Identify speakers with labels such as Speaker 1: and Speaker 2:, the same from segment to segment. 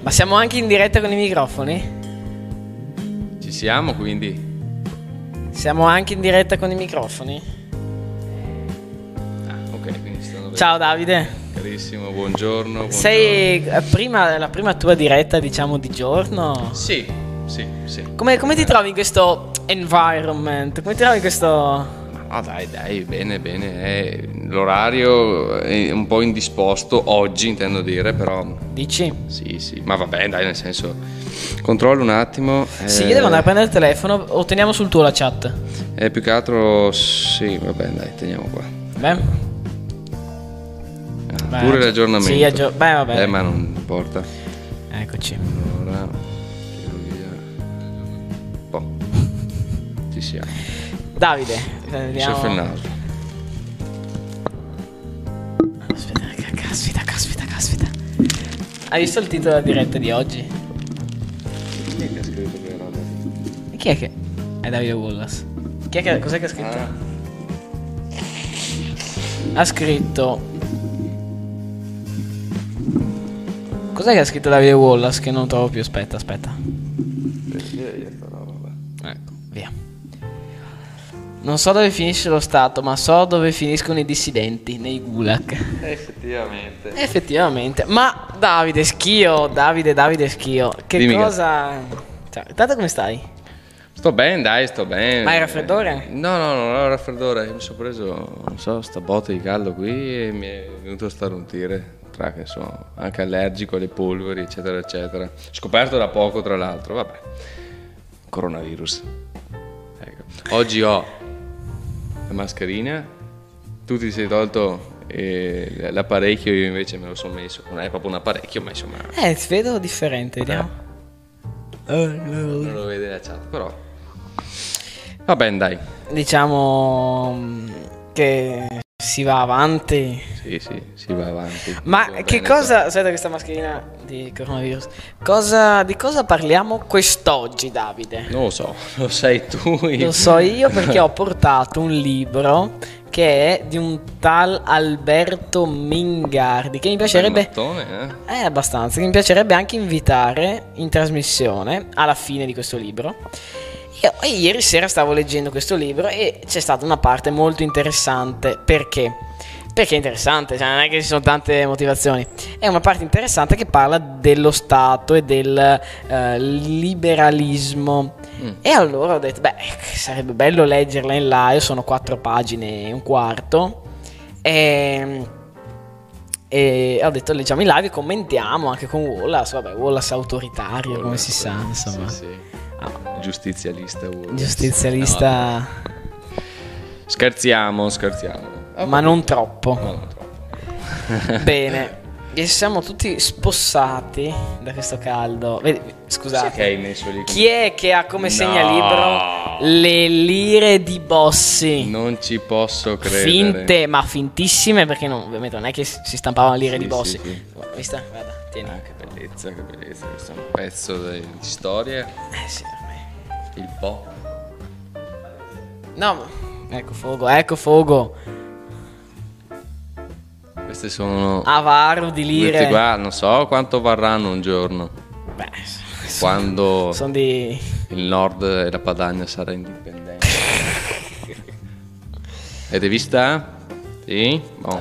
Speaker 1: Ma siamo anche in diretta con i microfoni?
Speaker 2: Ci siamo, quindi.
Speaker 1: Siamo anche in diretta con i microfoni?
Speaker 2: Ok, quindi stanno bene.
Speaker 1: Ciao Davide.
Speaker 2: Carissimo, buongiorno.
Speaker 1: Sei la prima tua diretta, diciamo, di giorno?
Speaker 2: Sì.
Speaker 1: Come ti trovi in questo environment? Come ti trovi in questo...
Speaker 2: No, dai, bene. L'orario è un po' indisposto oggi, intendo dire, però.
Speaker 1: Dici?
Speaker 2: Sì, ma vabbè, dai, nel senso. Controllo un attimo.
Speaker 1: Sì, io devo andare a prendere il telefono o teniamo sul tuo la chat?
Speaker 2: Più che altro, sì, vabbè, dai, teniamo qua.
Speaker 1: Beh.
Speaker 2: Pure l'aggiornamento.
Speaker 1: Sì, vabbè.
Speaker 2: Ma non importa.
Speaker 1: Eccoci.
Speaker 2: Allora, tiro via. Ci siamo.
Speaker 1: Davide, vediamo.
Speaker 2: C'è il naso.
Speaker 1: Caspita. Hai visto il titolo della diretta di oggi?
Speaker 2: Chi è che ha scritto quelle robe?
Speaker 1: E chi è che... È Davide Wallace. Cos'è che ha scritto? Ha scritto... Cos'è che ha scritto Davide Wallace che non trovo più? Aspetta.
Speaker 2: Ecco,
Speaker 1: Via. Non so dove finisce lo Stato, ma so dove finiscono i dissidenti, nei gulag. Effettivamente. Ma Davide Schio. Che
Speaker 2: Dimmi,
Speaker 1: cosa... Ciao, intanto come stai?
Speaker 2: sto bene.
Speaker 1: Ma hai raffreddore?
Speaker 2: No, il raffreddore. Mi sono preso, non so, sta botta di caldo qui e mi è venuto a starnutire. Tra che sono anche allergico alle polveri, eccetera. Scoperto da poco, tra l'altro, vabbè. Coronavirus. Ecco. Oggi ho la mascherina, tu ti sei tolto l'apparecchio, io invece me lo sono messo. Non è proprio un apparecchio, ma insomma.
Speaker 1: Ti vedo differente, vediamo.
Speaker 2: Non lo vede la chat, però. Va bene, dai.
Speaker 1: Diciamo che si va avanti.
Speaker 2: Sì, si va avanti.
Speaker 1: Ma
Speaker 2: Va
Speaker 1: che
Speaker 2: bene,
Speaker 1: cosa... Aspetta questa mascherina di coronavirus. Di cosa parliamo quest'oggi, Davide?
Speaker 2: Non lo so, lo sai tu.
Speaker 1: Lo so io perché ho portato un libro che è di un tal Alberto Mingardi, che mi piacerebbe... abbastanza, che mi piacerebbe anche invitare in trasmissione alla fine di questo libro. Io ieri sera stavo leggendo questo libro e c'è stata una parte molto interessante. Perché? Perché è interessante, cioè non è che ci sono tante motivazioni. È una parte interessante che parla dello Stato e del liberalismo. E allora ho detto, sarebbe bello leggerla in live. Sono 4 pagine e un quarto. E ho detto, leggiamo in live e commentiamo anche con Wallace. Vabbè, Wallace autoritario, come si sa, insomma.
Speaker 2: Sì. Giustizialista.
Speaker 1: Giustizialista.
Speaker 2: Scherziamo.
Speaker 1: Ma non troppo. Bene. E siamo tutti spossati da questo caldo. Vedi, scusate.
Speaker 2: Che hai messo lì?
Speaker 1: Chi è che ha come segnalibro le lire di Bossi?
Speaker 2: Non ci posso credere.
Speaker 1: Finte, ma fintissime, perché ovviamente non è che si stampavano lire di Bossi.
Speaker 2: Sì.
Speaker 1: Vista? Guarda, tieni.
Speaker 2: Che bellezza. Questo è un pezzo di storia.
Speaker 1: Sì, ormai.
Speaker 2: Il po'.
Speaker 1: No, ecco Fogo.
Speaker 2: Queste sono
Speaker 1: Avaro di lire.
Speaker 2: questi qua, non so quanto varranno un giorno. Quando
Speaker 1: sono di...
Speaker 2: il nord e la Padania sarà indipendente. Avete vista? Sì? Boh.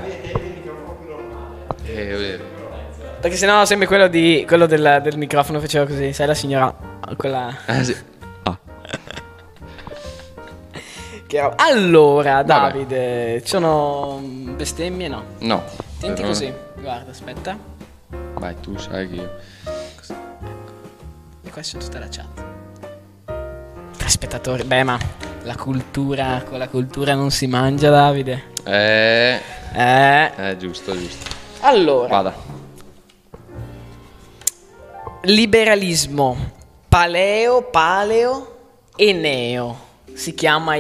Speaker 1: Perché sennò sempre quello del microfono faceva così. Sai la signora? Quella...
Speaker 2: Sì.
Speaker 1: Allora, Davide, ci sono bestemmie? No. Senti così, guarda, aspetta.
Speaker 2: Vai, tu sai che io.
Speaker 1: E qua c'è tutta la chat. 3 spettatori. Ma la con la cultura non si mangia, Davide.
Speaker 2: Giusto.
Speaker 1: Allora.
Speaker 2: Vada.
Speaker 1: Liberalismo, paleo e neo. Si chiama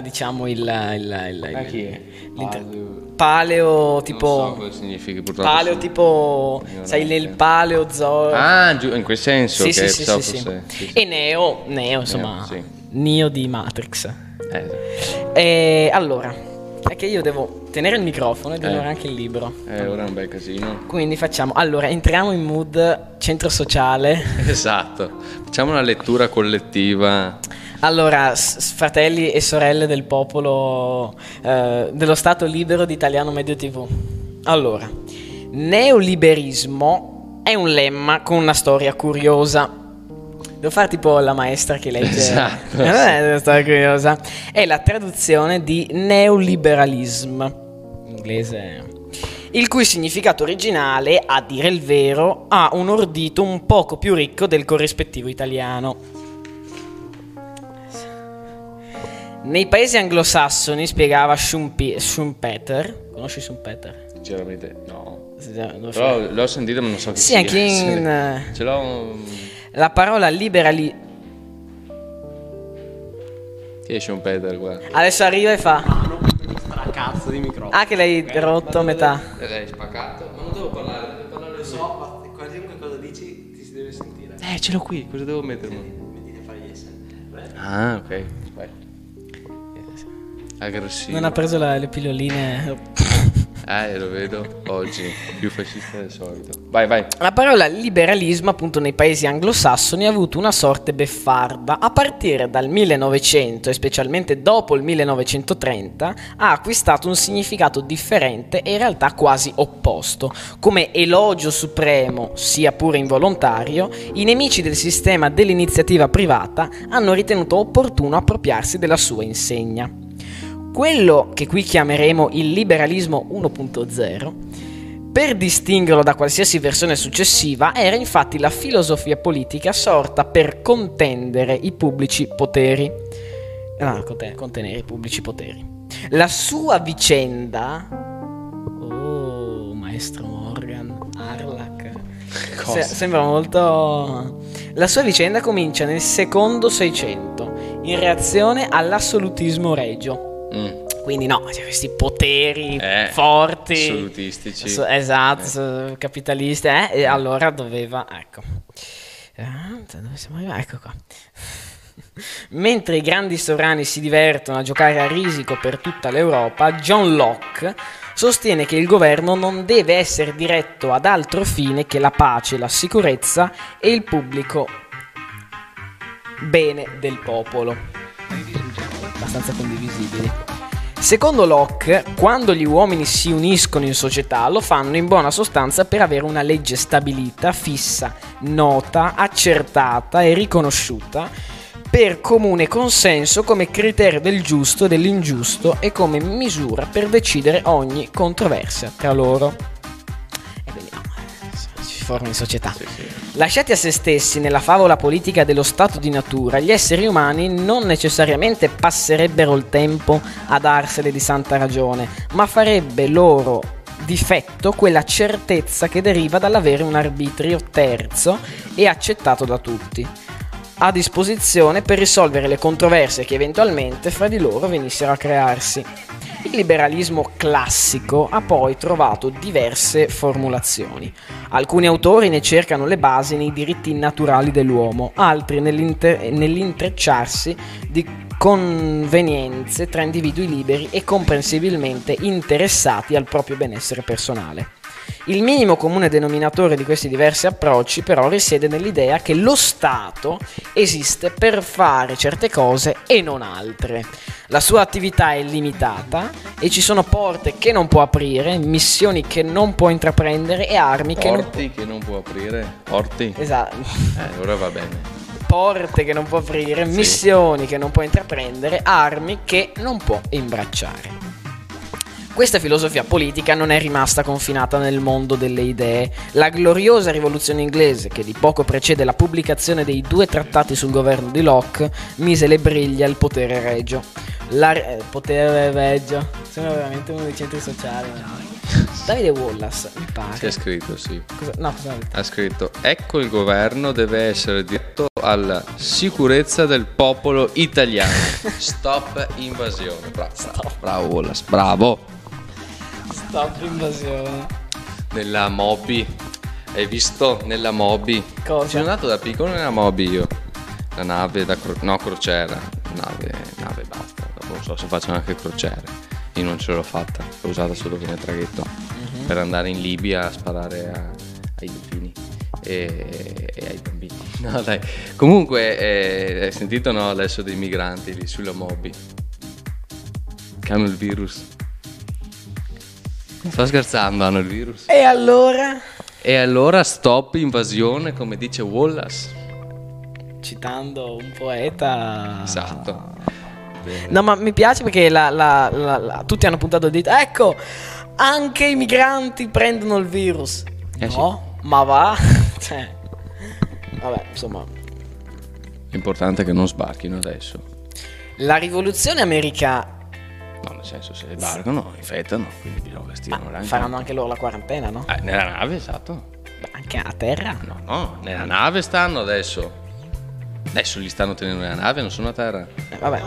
Speaker 1: paleo tipo...
Speaker 2: Non so cosa significa, purtroppo.
Speaker 1: Paleo tipo... Sai, nel paleo
Speaker 2: in quel senso.
Speaker 1: Sì. E neo, insomma, Neo di Matrix. Allora, È che io devo tenere il microfono e tenere anche il libro.
Speaker 2: Ora è un bel casino.
Speaker 1: Quindi facciamo, allora, entriamo in mood centro sociale.
Speaker 2: Esatto, facciamo una lettura collettiva.
Speaker 1: Allora, fratelli e sorelle del popolo, dello Stato libero di Italiano Medio TV. Allora, neoliberismo è un lemma con una storia curiosa. Devo fare tipo la maestra che legge.
Speaker 2: Esatto,
Speaker 1: Non è una storia curiosa. È la traduzione di neoliberalism, in inglese, il cui significato originale, a dire il vero, ha un ordito un poco più ricco del corrispettivo italiano. Nei paesi anglosassoni, spiegava Schumpeter. Conosci Schumpeter?
Speaker 2: Sinceramente no. Però l'ho sentito ma non so chi
Speaker 1: sia. Sì, anche in...
Speaker 2: Ce l'ho...
Speaker 1: La parola liberali...
Speaker 2: Chi è Schumpeter qua?
Speaker 1: Adesso arriva e fa...
Speaker 3: Cazzo di microfono.
Speaker 1: Ah, che l'hai rotto a metà.
Speaker 2: L'hai spaccato? Ma non devo parlare, devo parlare
Speaker 3: Lo so, ma qualunque cosa dici ti si deve sentire.
Speaker 2: ce l'ho qui, cosa devo mettermi?
Speaker 3: Mettite a fare yes.
Speaker 2: Ah, ok. Aspetta. Aggressivo.
Speaker 1: Non ha preso le pilloline.
Speaker 2: Lo vedo oggi, più fascista del solito. Vai.
Speaker 1: La parola liberalismo, appunto, nei paesi anglosassoni ha avuto una sorte beffarda. A partire dal 1900 e specialmente dopo il 1930 ha acquistato un significato differente e in realtà quasi opposto. Come elogio supremo, sia pure involontario, i nemici del sistema dell'iniziativa privata hanno ritenuto opportuno appropriarsi della sua insegna. Quello che qui chiameremo il liberalismo 1.0, per distinguerlo da qualsiasi versione successiva, era infatti la filosofia politica sorta per contendere i pubblici poteri. Contenere i pubblici poteri. La sua vicenda... Oh, maestro Morgan, Harlach. Sembra molto... La sua vicenda comincia nel secondo Seicento, in reazione all'assolutismo regio. Quindi c'è questi poteri forti,
Speaker 2: assolutistici,
Speaker 1: esatto, capitalisti, e allora doveva, ecco, dove siamo arrivati? Ecco qua. Mentre i grandi sovrani si divertono a giocare a risico per tutta l'Europa, John Locke sostiene che il governo non deve essere diretto ad altro fine che la pace, la sicurezza e il pubblico bene del popolo. Abbastanza condivisibili. Secondo Locke, quando gli uomini si uniscono in società, lo fanno in buona sostanza per avere una legge stabilita, fissa, nota, accertata e riconosciuta per comune consenso come criterio del giusto e dell'ingiusto e come misura per decidere ogni controversia tra loro. E quindi si forma in società.
Speaker 2: Sì.
Speaker 1: Lasciati a se stessi nella favola politica dello stato di natura, gli esseri umani non necessariamente passerebbero il tempo a darsene di santa ragione, ma farebbe loro difetto quella certezza che deriva dall'avere un arbitrio terzo e accettato da tutti, a disposizione per risolvere le controversie che eventualmente fra di loro venissero a crearsi. Il liberalismo classico ha poi trovato diverse formulazioni. Alcuni autori ne cercano le basi nei diritti naturali dell'uomo, altri nell'intrecciarsi di convenienze tra individui liberi e comprensibilmente interessati al proprio benessere personale. Il minimo comune denominatore di questi diversi approcci però risiede nell'idea che lo Stato esiste per fare certe cose e non altre. La sua attività è limitata e ci sono porte che non può aprire, missioni che non può intraprendere e armi che
Speaker 2: non può aprire. Porti?
Speaker 1: Esatto.
Speaker 2: Ora va bene.
Speaker 1: Porte che non può aprire, missioni che non può intraprendere, armi che non può imbracciare. Questa filosofia politica non è rimasta confinata nel mondo delle idee. La gloriosa rivoluzione inglese, che di poco precede la pubblicazione dei 2 trattati sul governo di Locke, mise le briglie al potere regio. Potere regio. Sembra veramente uno dei centri sociali. Davide Wallace, mi pare.
Speaker 2: C'è scritto, sì.
Speaker 1: Cosa
Speaker 2: ha scritto: ecco, il governo deve essere diretto alla sicurezza del popolo italiano. Stop invasione. Bravo Wallace, bravo.
Speaker 1: Stop invasione.
Speaker 2: Nella Moby, hai visto nella Moby?
Speaker 1: Cosa?
Speaker 2: Sono andato da piccolo nella Moby io. La nave crociera. Nave basta. Dopo non so se facciano anche crociere. io non ce l'ho fatta, l'ho usata solo come traghetto per andare in Libia a sparare ai delfini e ai bambini. No, dai. Comunque, hai sentito no adesso dei migranti lì sulla Moby che hanno il virus? Sto scherzando, hanno il virus.
Speaker 1: E allora?
Speaker 2: E allora stop invasione, come dice Wallace.
Speaker 1: Citando un poeta.
Speaker 2: Esatto.
Speaker 1: No, ma mi piace perché tutti hanno puntato il dito. Ecco, anche i migranti prendono il virus. No, sì. Ma va. Cioè, vabbè, insomma.
Speaker 2: L'importante è che non sbarchino adesso.
Speaker 1: La rivoluzione americana.
Speaker 2: No, nel senso, se sbarcano, infettano, quindi bisogna che stiano là.
Speaker 1: Faranno anche loro la quarantena, no?
Speaker 2: Nella nave, esatto.
Speaker 1: Beh, anche a terra?
Speaker 2: No, nella nave stanno adesso. Adesso li stanno tenendo nella nave, non sono a terra.
Speaker 1: Vabbè.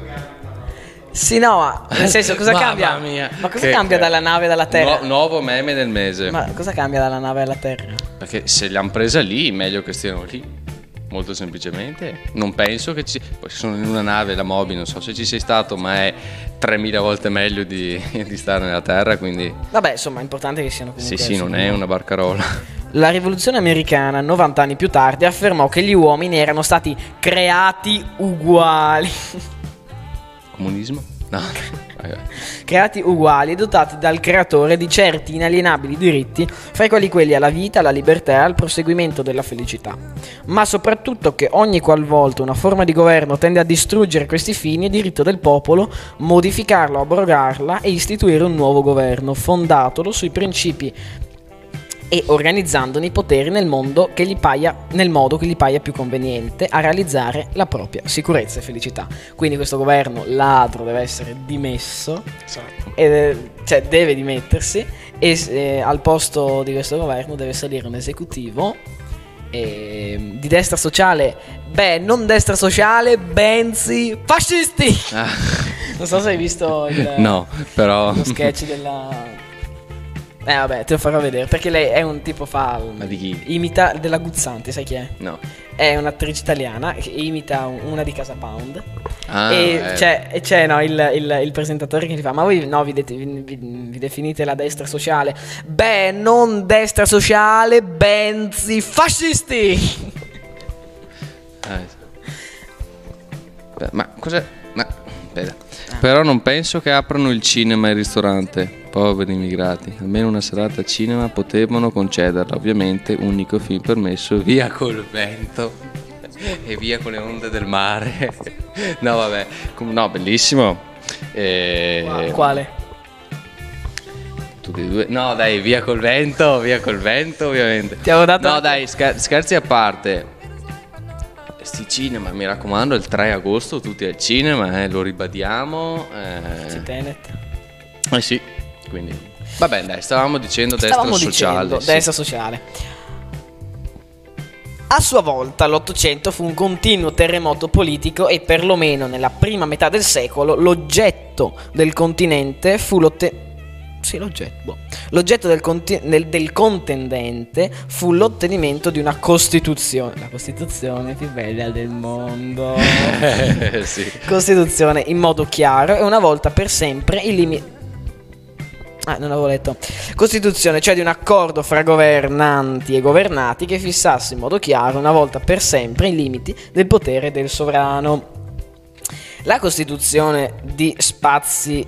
Speaker 1: Sì, no, ma nel senso, cosa cambia?
Speaker 2: Mia,
Speaker 1: ma cosa cambia dalla nave alla terra?
Speaker 2: Nuovo meme del mese.
Speaker 1: Ma cosa cambia dalla nave alla terra?
Speaker 2: Perché se li hanno presa lì, meglio che stiano lì. Molto semplicemente. Non penso che poi sono in una nave, la Moby, non so se ci sei stato, ma è 3000 volte meglio di stare nella terra, quindi.
Speaker 1: Vabbè, insomma, è importante che siano comunque.
Speaker 2: Sì, non è una barcarola.
Speaker 1: La rivoluzione americana, 90 anni più tardi, affermò che gli uomini erano stati creati uguali.
Speaker 2: Comunismo? No.
Speaker 1: Creati uguali e dotati dal creatore di certi inalienabili diritti, fra i quali quelli alla vita, alla libertà e al proseguimento della felicità. Ma soprattutto che ogni qualvolta una forma di governo tende a distruggere questi fini, è diritto del popolo modificarlo, abrogarla e istituire un nuovo governo, fondatolo sui principi e organizzandone i poteri nel modo che gli paia più conveniente a realizzare la propria sicurezza e felicità. Quindi questo governo ladro deve essere dimesso,
Speaker 2: esatto.
Speaker 1: Cioè deve dimettersi e al posto di questo governo deve salire un esecutivo di destra sociale, non destra sociale, bensì fascisti. Non so se hai visto
Speaker 2: no, però
Speaker 1: lo sketch della. Vabbè, te lo farò vedere. Perché lei è un tipo
Speaker 2: Ma di chi?
Speaker 1: Imita della Guzzanti, sai chi è?
Speaker 2: No.
Speaker 1: È un'attrice italiana che imita una di Casa Pound.
Speaker 2: E
Speaker 1: c'è no, il presentatore che gli fa: ma voi no, vi definite la destra sociale? Non destra sociale, bensì fascisti.
Speaker 2: Ma cos'è? Però non penso che aprano il cinema e il ristorante, poveri immigrati. Almeno una serata a cinema potevano concederla, ovviamente, unico film permesso, via col vento e via con le onde del mare. No, vabbè, no, bellissimo.
Speaker 1: Quale?
Speaker 2: Tutti e due. No, dai, via col vento, ovviamente.
Speaker 1: Ti avevo dato.
Speaker 2: No, dai, scherzi a parte. Sti cinema, mi raccomando, il 3 agosto tutti al cinema, lo ribadiamo.
Speaker 1: Tenet.
Speaker 2: Sì, quindi. Vabbè, dai, stavamo dicendo destra sociale.
Speaker 1: Destra sociale. A sua volta l'Ottocento fu un continuo terremoto politico e perlomeno nella prima metà del secolo l'oggetto del continente fu l'oggetto del contendente fu l'ottenimento di una Costituzione, la Costituzione più bella del mondo.
Speaker 2: Sì.
Speaker 1: Costituzione in modo chiaro e una volta per sempre i limiti. Non avevo letto. Costituzione, cioè di un accordo fra governanti e governati che fissasse in modo chiaro una volta per sempre i limiti del potere del sovrano. La costruzione di spazi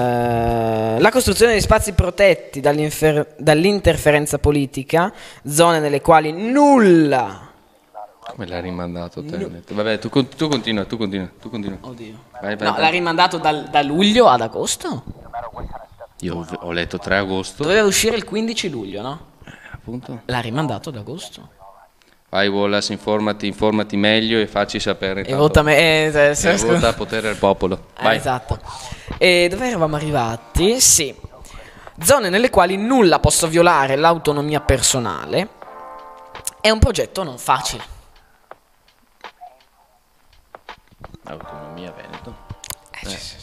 Speaker 1: protetti dall'interferenza politica, zone nelle quali nulla.
Speaker 2: Come l'ha rimandato Tenet? Vabbè, tu continua.
Speaker 1: Oddio.
Speaker 2: Vai.
Speaker 1: L'ha rimandato da luglio ad agosto?
Speaker 2: Io ho letto 3 agosto.
Speaker 1: Doveva uscire il 15 luglio, no?
Speaker 2: Appunto.
Speaker 1: L'ha rimandato ad agosto.
Speaker 2: Vai Wallace, informati meglio e facci sapere.
Speaker 1: E vota
Speaker 2: vota a potere al popolo. Vai.
Speaker 1: Esatto. E dove eravamo arrivati? Sì. Zone nelle quali nulla possa violare l'autonomia personale. È un progetto non facile.
Speaker 2: Autonomia Veneto.
Speaker 1: Sì.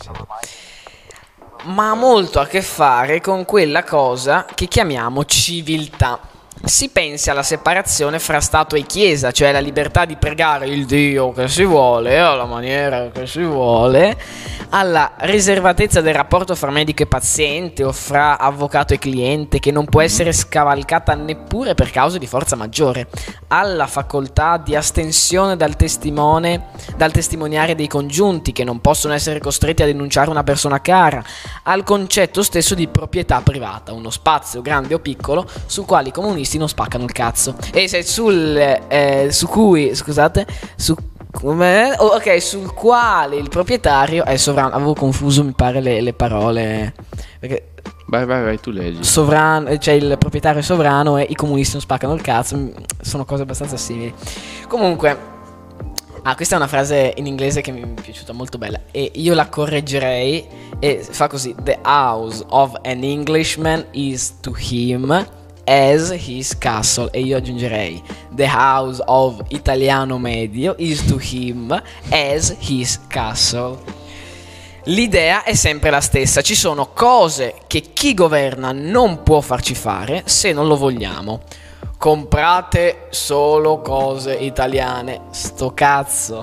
Speaker 1: Ma ha molto a che fare con quella cosa che chiamiamo civiltà. si pensi alla separazione fra Stato e Chiesa, cioè la libertà di pregare il Dio che si vuole, alla maniera che si vuole, alla riservatezza del rapporto fra medico e paziente o fra avvocato e cliente, che non può essere scavalcata neppure per cause di forza maggiore, alla facoltà di astensione dal testimoniare dei congiunti, che non possono essere costretti a denunciare una persona cara, al concetto stesso di proprietà privata, uno spazio grande o piccolo sul quale i comunisti non spaccano il cazzo, e se sul quale il proprietario è sovrano. Avevo confuso, mi pare, le parole, perché
Speaker 2: vai, tu leggi.
Speaker 1: Sovrano, cioè il proprietario è sovrano e i comunisti non spaccano il cazzo, sono cose abbastanza simili. Comunque, questa è una frase in inglese che mi è piaciuta, molto bella, e io la correggerei e fa così: The house of an Englishman is to him as his castle. E io aggiungerei: The house of italiano medio is to him as his castle. L'idea è sempre la stessa: ci sono cose che chi governa non può farci fare se non lo vogliamo. Comprate solo cose italiane. Sto cazzo.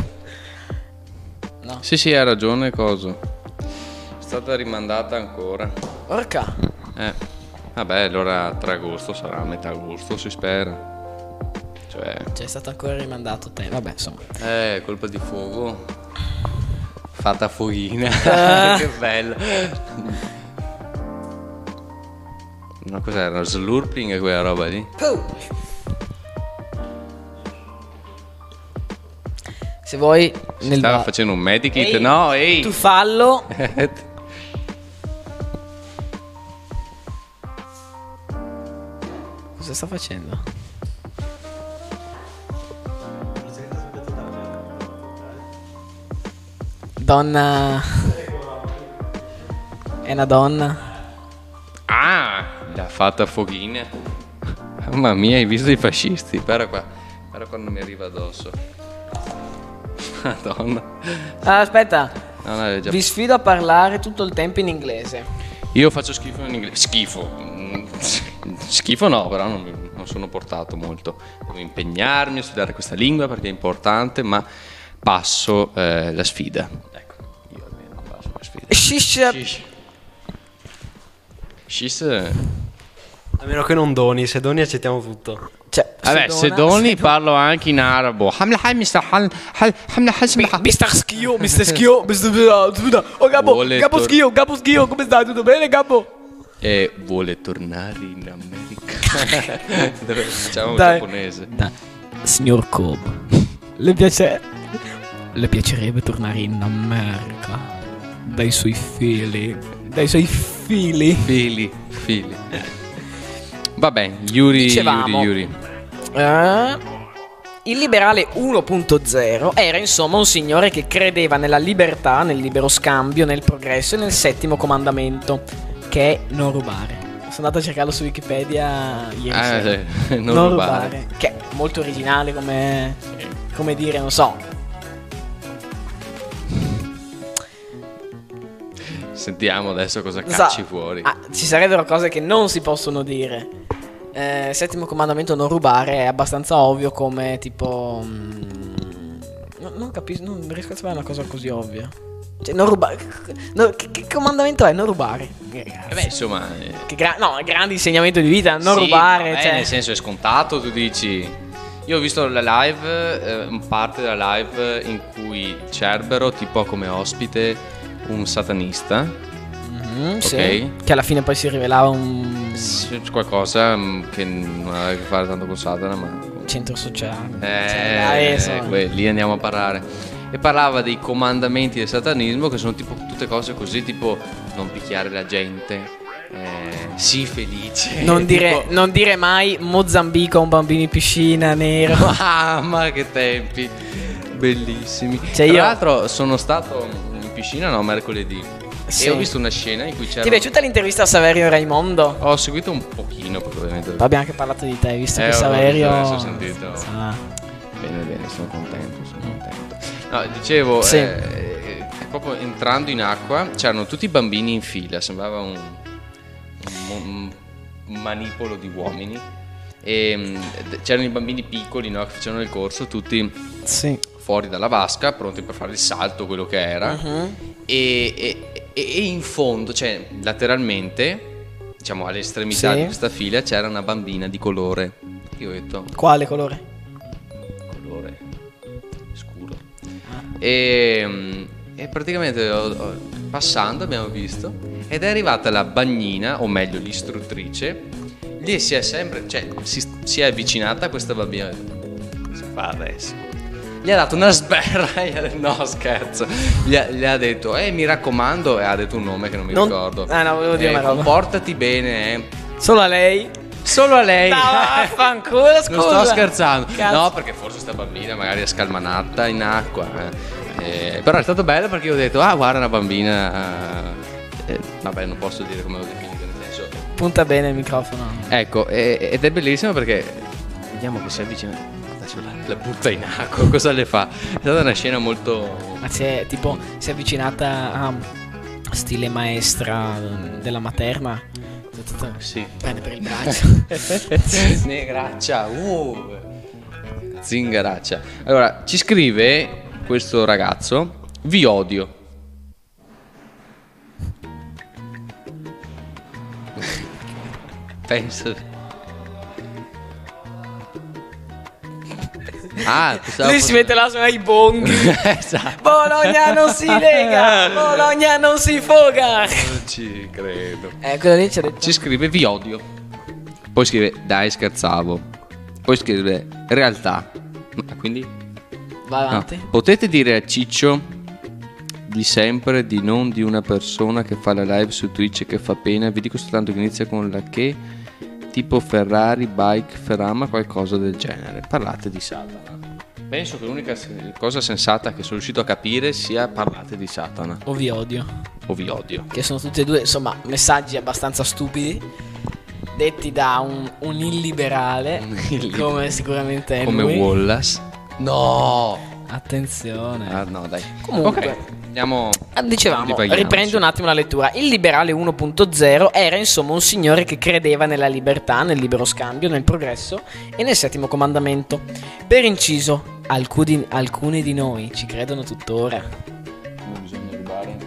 Speaker 1: No.
Speaker 2: Sì, ha ragione, coso. È stata rimandata ancora.
Speaker 1: Porca.
Speaker 2: Vabbè, allora 3 agosto sarà a metà agosto, si spera. Cioè
Speaker 1: è stato ancora rimandato te. Vabbè, insomma.
Speaker 2: Colpa di fuoco. Fatta a foghina. Che bello. Ma cos'era? Slurping quella roba lì?
Speaker 1: Se vuoi
Speaker 2: stava facendo un medikit. No, ehi.
Speaker 1: Tu fallo. Cosa sta facendo? Donna. È una donna.
Speaker 2: L'ha fatta a foghina. Mamma mia, hai visto i fascisti? Guarda qua. Guarda quando mi arriva addosso. Madonna.
Speaker 1: Aspetta.
Speaker 2: No,
Speaker 1: vi sfido a parlare tutto il tempo in inglese.
Speaker 2: Io faccio schifo in inglese. Schifo no, però non sono portato molto. Devo impegnarmi a studiare questa lingua perché è importante, ma passo la sfida. Ecco, io almeno passo la sfida. Shish.
Speaker 3: A meno che non doni, se doni accettiamo tutto.
Speaker 1: Cioè,
Speaker 2: se doni parlo anche in arabo.
Speaker 1: Mr. Schio, oh Gabbo Schio, come stai? Tutto bene, Gabbo?
Speaker 2: E vuole tornare in America. Facciamo un giapponese.
Speaker 1: Signor Cobb, le piacerebbe tornare in America dai suoi fili.
Speaker 2: Vabbè, Yuri.
Speaker 1: Il liberale 1.0 era insomma un signore che credeva nella libertà, nel libero scambio, nel progresso e nel 7° comandamento, che è non rubare. Sono andato a cercarlo su Wikipedia ieri sera. Non rubare. Che è molto originale come dire, non so.
Speaker 2: Sentiamo adesso cosa cacci fuori.
Speaker 1: Ci sarebbero cose che non si possono dire. 7° comandamento non rubare è abbastanza ovvio, come tipo non capisco, non riesco a trovare una cosa così ovvia. Cioè, non rubare. Che comandamento è? Non rubare.
Speaker 2: Insomma,
Speaker 1: grande insegnamento di vita, non rubare.
Speaker 2: Vabbè, nel senso, è scontato, tu dici. Io ho visto la live, parte della live in cui Cerbero tipo come ospite un satanista.
Speaker 1: Sì, che alla fine poi si rivelava
Speaker 2: qualcosa che non aveva a che fare tanto con Satana, ma
Speaker 1: centro sociale.
Speaker 2: Lì andiamo a parlare. E parlava dei comandamenti del satanismo, che sono tipo tutte cose così, tipo non picchiare la gente, sii felice,
Speaker 1: non dire mai Mozambico a un bambino in piscina nero.
Speaker 2: Mamma che tempi bellissimi. Tra l'altro sono stato in piscina mercoledì. Sì. E ho visto una scena in cui c'era.
Speaker 1: Ti è piaciuta l'intervista a Saverio Raimondo?
Speaker 2: Ho seguito un pochino, probabilmente.
Speaker 1: Abbiamo anche parlato di te, visto che Saverio.
Speaker 2: Ho sentito. Bene, sono contento. No, dicevo, proprio entrando in acqua c'erano tutti i bambini in fila, sembrava un manipolo di uomini. e c'erano i bambini piccoli, no, che facevano il corso, tutti fuori dalla vasca, pronti per fare il salto, quello che era. E in fondo, cioè lateralmente, diciamo all'estremità di questa fila, c'era una bambina di colore. Io ho detto:
Speaker 1: quale colore?
Speaker 2: Colore scuro. E praticamente passando abbiamo visto, ed è arrivata la bagnina, o meglio l'istruttrice. Lì si è sempre, cioè si è avvicinata a questa bambina. Si fa adesso. Gli ha dato una sberra, no scherzo, gli ha detto mi raccomando, e ha detto un nome che non mi ricordo.
Speaker 1: No, volevo dire una roba.
Speaker 2: Comportati bene.
Speaker 1: Solo a lei?
Speaker 2: Solo a lei.
Speaker 1: No, vaffanculo, scusa.
Speaker 2: Non sto scherzando.
Speaker 1: Cazzo.
Speaker 2: No, perché forse sta bambina magari è scalmanata in acqua. Però è stato bello perché io ho detto: guarda una bambina. Vabbè, non posso dire come l'ho definito, nel senso.
Speaker 1: Punta bene il microfono.
Speaker 2: Ecco, ed è bellissimo perché vediamo che si avvicina. La butta in acqua, cosa le fa? È stata una scena molto.
Speaker 1: Ma si è avvicinata a stile maestra della materna.
Speaker 2: Sì.
Speaker 1: Prende per il braccio.
Speaker 2: Negraccia. Zingaraccia. Allora, ci scrive questo ragazzo: vi odio. Penso.
Speaker 1: Lui si mette là a suonare i bonghi.
Speaker 2: Esatto.
Speaker 1: Bologna non si lega, Bologna non si foga.
Speaker 2: Non ci credo.
Speaker 1: Quello lì ci ha detto.
Speaker 2: Ci scrive: vi odio. Poi scrive: dai, scherzavo. Poi scrive: realtà. Quindi
Speaker 1: vai avanti.
Speaker 2: No. Potete dire a Ciccio di sempre di non di una persona che fa la live su Twitch che fa pena. Vi dico soltanto che inizia con la che, tipo Ferrari, bike, Ferrama, qualcosa del genere. Parlate di Satana. Penso che l'unica cosa sensata che sono riuscito a capire sia: parlate di Satana.
Speaker 1: O vi odio.
Speaker 2: Che
Speaker 1: sono tutti e due, insomma, messaggi abbastanza stupidi, detti da un illiberale, come sicuramente è
Speaker 2: come
Speaker 1: lui.
Speaker 2: Wallace. No,
Speaker 1: attenzione.
Speaker 2: No, dai.
Speaker 1: Comunque,
Speaker 2: okay. Andiamo.
Speaker 1: Dicevamo, riprendo un attimo la lettura. Il liberale 1.0 era insomma un signore che credeva nella libertà, nel libero scambio, nel progresso e nel settimo comandamento. Per inciso, alcuni di noi ci credono tuttora.
Speaker 2: Non bisogna rubare.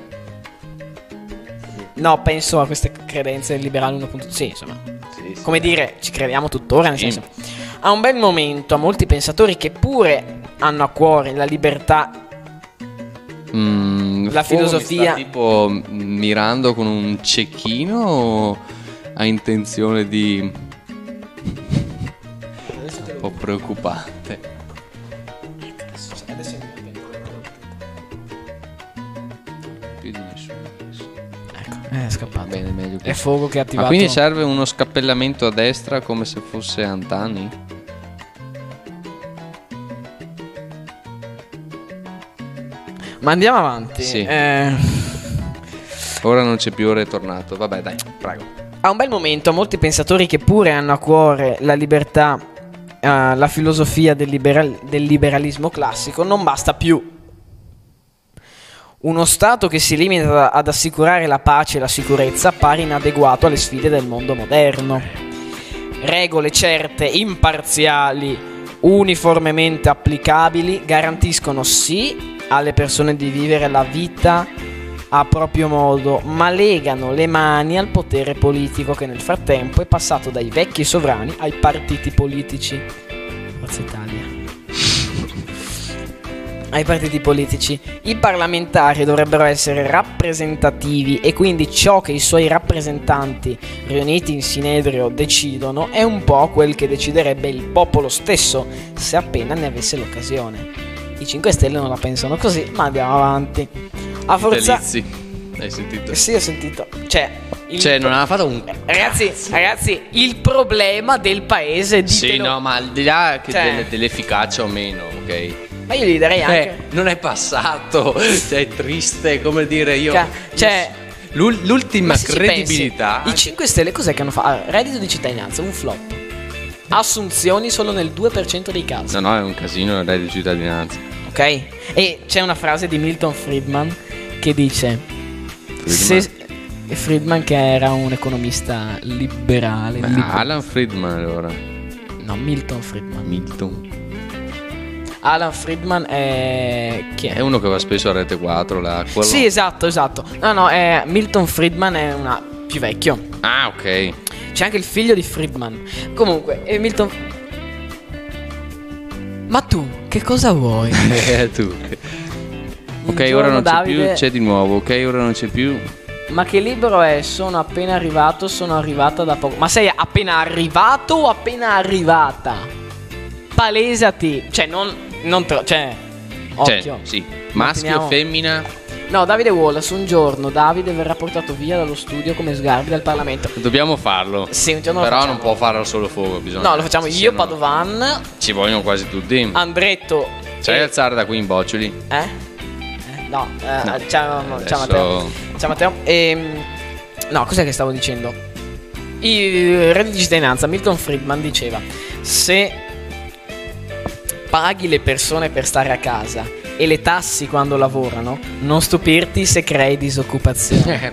Speaker 1: No, penso a queste credenze del liberale 1.0. Sì, insomma.
Speaker 2: Sì,
Speaker 1: come dire, ci crediamo tuttora, nel senso. A un bel momento, a molti pensatori che pure hanno a cuore la libertà, la filosofia.
Speaker 2: Sta tipo mirando con un cecchino o ha intenzione di. Un po' preoccupante. Più di nessuno.
Speaker 1: Ecco, è scappato.
Speaker 2: Bene, meglio così.
Speaker 1: È fuoco che ha attivato.
Speaker 2: Ma quindi serve uno scappellamento a destra come se fosse Antani?
Speaker 1: Ma andiamo avanti.
Speaker 2: Sì. Ora non c'è più, ora è tornato. Vabbè, dai, prego.
Speaker 1: A un bel momento, molti pensatori che pure hanno a cuore la libertà, la filosofia del liberalismo classico, non basta più. Uno Stato che si limita ad assicurare la pace e la sicurezza appare inadeguato alle sfide del mondo moderno. Regole certe, imparziali, uniformemente applicabili garantiscono sì alle persone di vivere la vita a proprio modo, ma legano le mani al potere politico che nel frattempo è passato dai vecchi sovrani ai partiti politici. Forza Italia. Ai partiti politici. I parlamentari dovrebbero essere rappresentativi e quindi ciò che i suoi rappresentanti riuniti in sinedrio decidono è un po' quel che deciderebbe il popolo stesso se appena ne avesse l'occasione. I 5 Stelle non la pensano così, ma andiamo avanti. A forza.
Speaker 2: Hai sentito?
Speaker 1: Sì, ho sentito.
Speaker 2: Cioè, non ha fatto un.
Speaker 1: Ragazzi, il problema del paese. Ditelo.
Speaker 2: Sì, no, ma al di là che dell'efficacia o meno, ok?
Speaker 1: Ma io gli darei anche.
Speaker 2: Non è passato. Cioè, è triste, come dire, io. L'ultima credibilità.
Speaker 1: I 5 Stelle cos'è che hanno fatto? Allora, reddito di cittadinanza, un flop. Assunzioni solo nel 2% dei casi.
Speaker 2: No, è un casino il reddito di cittadinanza.
Speaker 1: Ok? E c'è una frase di Milton Friedman che dice: Friedman che era un economista liberale.
Speaker 2: Alan Friedman allora.
Speaker 1: Milton Friedman.
Speaker 2: Milton.
Speaker 1: Alan Friedman chi è?
Speaker 2: È uno che va spesso a Rete 4 là.
Speaker 1: Sì, esatto. No, Milton Friedman è più vecchio.
Speaker 2: Ah, ok.
Speaker 1: C'è anche il figlio di Friedman. Comunque, Milton. Ma tu, che cosa vuoi?
Speaker 2: Tu. Ok, ora non c'è più, c'è di nuovo. Ok, ora non c'è più.
Speaker 1: Ma che libro è? Sono appena arrivato, sono arrivata da poco. Ma sei appena arrivato o appena arrivata? Palesati. Cioè, cioè, occhio.
Speaker 2: Sì. Maschio o femmina?
Speaker 1: No, Davide Wallace. Un giorno Davide verrà portato via dallo studio come Sgarbi dal Parlamento.
Speaker 2: Dobbiamo farlo.
Speaker 1: Sì, un giorno
Speaker 2: però non può farlo solo fuoco. Bisogna.
Speaker 1: No, lo facciamo io, Padovan.
Speaker 2: Ci vogliono quasi tutti.
Speaker 1: Andretto.
Speaker 2: Sai alzare da qui in boccioli?
Speaker 1: No, ciao Matteo. Ciao Matteo. No, cos'è che stavo dicendo? Il reddito di cittadinanza. Milton Friedman diceva: se paghi le persone per stare a casa e le tassi quando lavorano, non stupirti se crei disoccupazione.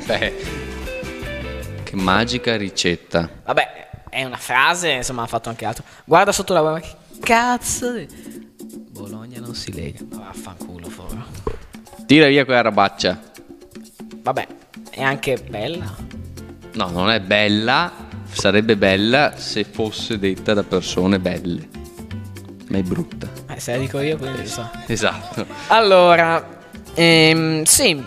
Speaker 2: Che magica ricetta.
Speaker 1: Vabbè, è una frase, insomma, ha fatto anche altro. Guarda sotto la guarda, che cazzo Bologna non si lega. Vaffanculo, foro.
Speaker 2: Tira via quella rabaccia.
Speaker 1: Vabbè, è anche bella.
Speaker 2: No, non è bella. Sarebbe bella se fosse detta da persone belle. Ma è brutta.
Speaker 1: Se la dico io, quindi so.
Speaker 2: Esatto.
Speaker 1: Allora, sì.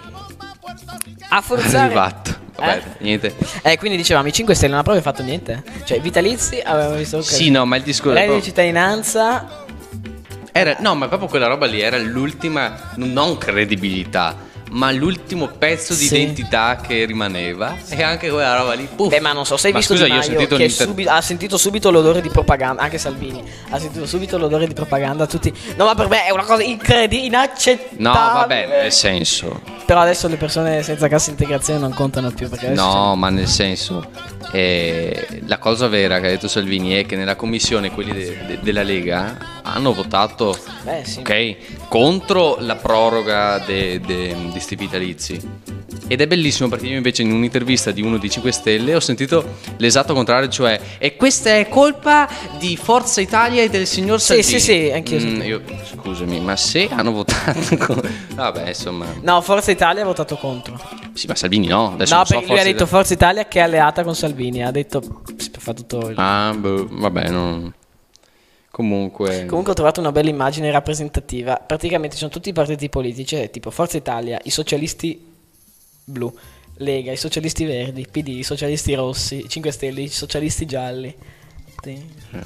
Speaker 1: A forzare.
Speaker 2: Arrivato. Vabbè, niente.
Speaker 1: Quindi dicevamo, i 5 Stelle non hanno proprio fatto niente. Cioè, vitalizi avevamo visto.
Speaker 2: Sì, no, ma il discorso.
Speaker 1: Reddito di cittadinanza.
Speaker 2: No, ma proprio quella roba lì era l'ultima, non credibilità, ma l'ultimo pezzo di identità che rimaneva. E anche quella roba lì. Puff.
Speaker 1: Ma non so se hai visto Di Maio che ha sentito subito l'odore di propaganda. Anche Salvini ha sentito subito l'odore di propaganda. Tutti. No, ma per me è una cosa incredibile, inaccettabile.
Speaker 2: No, vabbè, nel senso.
Speaker 1: Però adesso le persone senza cassa integrazione non contano più.
Speaker 2: No, ma nel senso, la cosa vera che ha detto Salvini è che nella commissione quelli della Lega hanno votato ok, contro la proroga di sti vitalizi. Ed è bellissimo perché io invece in un'intervista di uno di 5 Stelle ho sentito l'esatto contrario, cioè e questa è colpa di Forza Italia e del signor Salvini.
Speaker 1: Sì, anch'io.
Speaker 2: Io, scusami, ma se hanno votato vabbè, insomma.
Speaker 1: No, Forza Italia ha votato contro.
Speaker 2: Sì, ma Salvini no. Adesso
Speaker 1: no,
Speaker 2: non so,
Speaker 1: perché lui ha detto Forza Italia che è alleata con Salvini. Ha detto fa tutto il...
Speaker 2: vabbè, non... Comunque
Speaker 1: ho trovato una bella immagine rappresentativa. Praticamente sono tutti i partiti politici, tipo Forza Italia, i socialisti blu, Lega, i socialisti verdi, PD, i socialisti rossi, 5 Stelle, i socialisti gialli. Sì.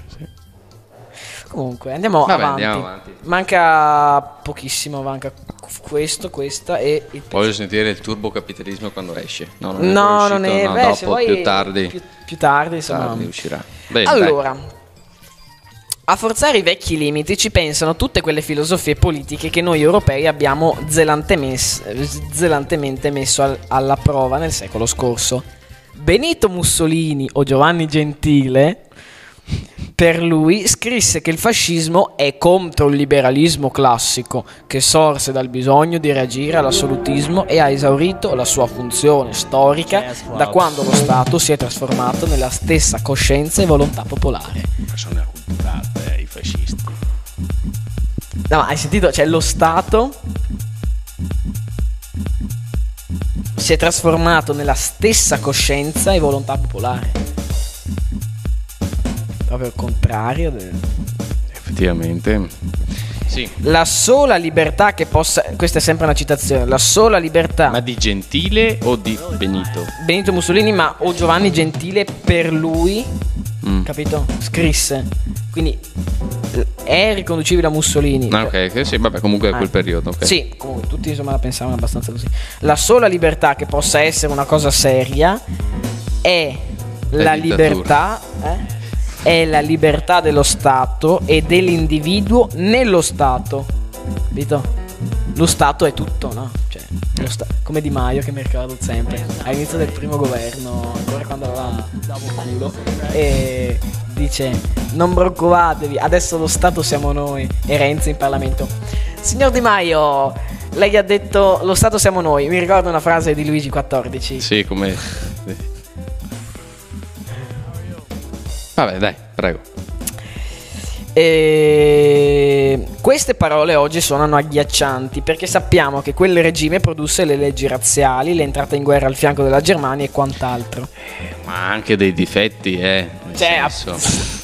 Speaker 1: Comunque andiamo avanti. Manca pochissimo, manca questa e
Speaker 2: voglio sentire il turbocapitalismo quando esce.
Speaker 1: Non è
Speaker 2: dopo,
Speaker 1: se vuoi,
Speaker 2: più tardi.
Speaker 1: Più tardi, insomma.
Speaker 2: Tardi uscirà. Bene,
Speaker 1: allora,
Speaker 2: dai.
Speaker 1: A forzare i vecchi limiti ci pensano tutte quelle filosofie politiche che noi europei abbiamo zelantemente messo alla prova nel secolo scorso. Benito Mussolini o Giovanni Gentile, per lui, scrisse che il fascismo è contro il liberalismo classico, che sorse dal bisogno di reagire all'assolutismo e ha esaurito la sua funzione storica da quando lo Stato si è trasformato nella stessa coscienza e volontà popolare.
Speaker 2: Persone acculturate, i fascisti.
Speaker 1: No, hai sentito? Cioè, lo Stato si è trasformato nella stessa coscienza e volontà popolare. Proprio il contrario
Speaker 2: effettivamente sì.
Speaker 1: La sola libertà che possa, questa è sempre una citazione, la sola libertà,
Speaker 2: ma di Gentile o di Benito
Speaker 1: Mussolini, ma o Giovanni Gentile per lui, capito? Scrisse, quindi è riconducibile a Mussolini.
Speaker 2: Ok, sì, vabbè, comunque è quel periodo, okay.
Speaker 1: Sì, comunque tutti insomma la pensavano abbastanza così. La sola libertà che possa essere una cosa seria è la libertà è la libertà dello Stato e dell'individuo nello Stato, capito? Lo Stato è tutto, no? Cioè, come Di Maio, che mi ricordo sempre all'inizio del primo governo, ancora quando aveva culo, e dice: non preoccupatevi, adesso lo Stato siamo noi. E Renzi in Parlamento: signor Di Maio, lei ha detto lo Stato siamo noi. Mi ricordo una frase di Luigi XIV.
Speaker 2: Sì, come... Vabbè, dai, prego.
Speaker 1: E queste parole oggi suonano agghiaccianti perché sappiamo che quel regime produsse le leggi razziali, l'entrata in guerra al fianco della Germania e quant'altro.
Speaker 2: Ma anche dei difetti, nel senso.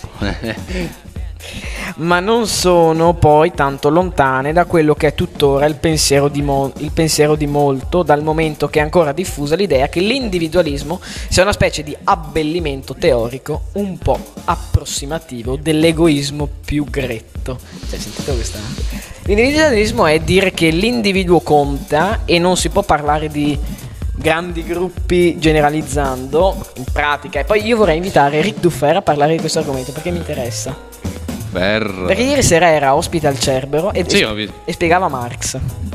Speaker 1: Ma non sono poi tanto lontane da quello che è tuttora il pensiero di molto, dal momento che è ancora diffusa l'idea che l'individualismo sia una specie di abbellimento teorico un po' approssimativo dell'egoismo più gretto. Sentite questa? L'individualismo è dire che l'individuo conta e non si può parlare di grandi gruppi generalizzando in pratica. E poi io vorrei invitare Ric Dufer a parlare di questo argomento perché mi interessa. Perché ieri sera era ospite al Cerbero e spiegava Marx.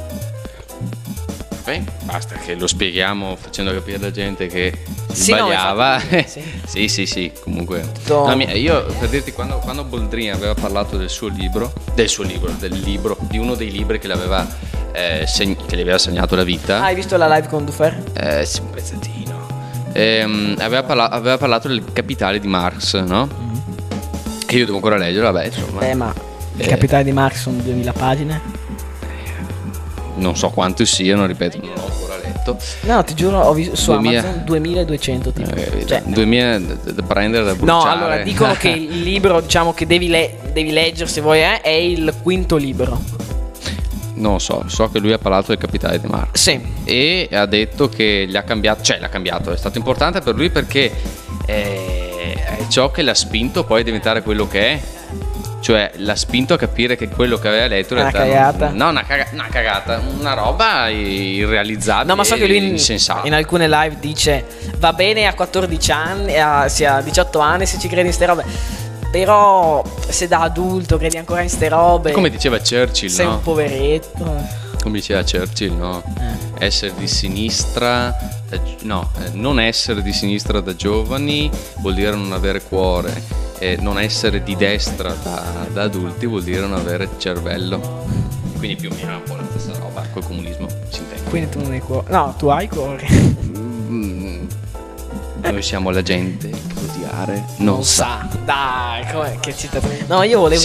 Speaker 2: Basta che lo spieghiamo facendo capire alla gente che sbagliava. Sì, comunque. Io per dirti, quando Boldrini aveva parlato del libro, di uno dei libri che l'aveva che gli aveva segnato la vita.
Speaker 1: Hai visto la live con Dufer?
Speaker 2: Sì, un pezzettino. Aveva parlato del Capitale di Marx, no? Che io devo ancora leggere, vabbè, insomma.
Speaker 1: Ma il Capitale di Marx sono 2000 pagine.
Speaker 2: Non so quante siano, ripeto, non l'ho ancora letto.
Speaker 1: No, ti giuro, ho visto su Amazon 2200 tipo.
Speaker 2: 2000 da prendere, da bruciare.
Speaker 1: No, allora dicono che il libro, diciamo, che devi leggere se vuoi, è il quinto libro.
Speaker 2: Non so che lui ha parlato del Capitale di Marx.
Speaker 1: Sì.
Speaker 2: E ha detto che l'ha cambiato, è stato importante per lui perché è ciò che l'ha spinto poi a diventare quello che è. Cioè l'ha spinto a capire che quello che aveva letto
Speaker 1: era una cagata.
Speaker 2: Una cagata, una roba irrealizzabile.
Speaker 1: No, ma so che lui
Speaker 2: insensata.
Speaker 1: In alcune live dice va bene a 14 anni, a 18 anni se ci credi in ste robe, però se da adulto credi ancora in ste robe,
Speaker 2: come diceva Churchill,
Speaker 1: sei un poveretto.
Speaker 2: Come diceva Churchill, no? Essere di sinistra, non essere di sinistra da giovani vuol dire non avere cuore. Non essere di destra da adulti vuol dire non avere cervello. Quindi più o meno è un po' la stessa roba col comunismo, si intende.
Speaker 1: Quindi tu non hai cuore? No, tu hai cuore.
Speaker 2: Noi siamo la gente che odiare non sa.
Speaker 1: Dai, com'è che citazione? No, io volevo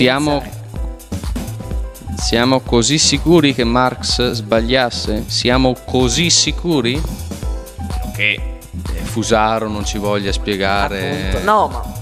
Speaker 2: Siamo così sicuri che Marx sbagliasse? Siamo così sicuri? Che Fusaro non ci voglia spiegare.
Speaker 1: Appunto. No, ma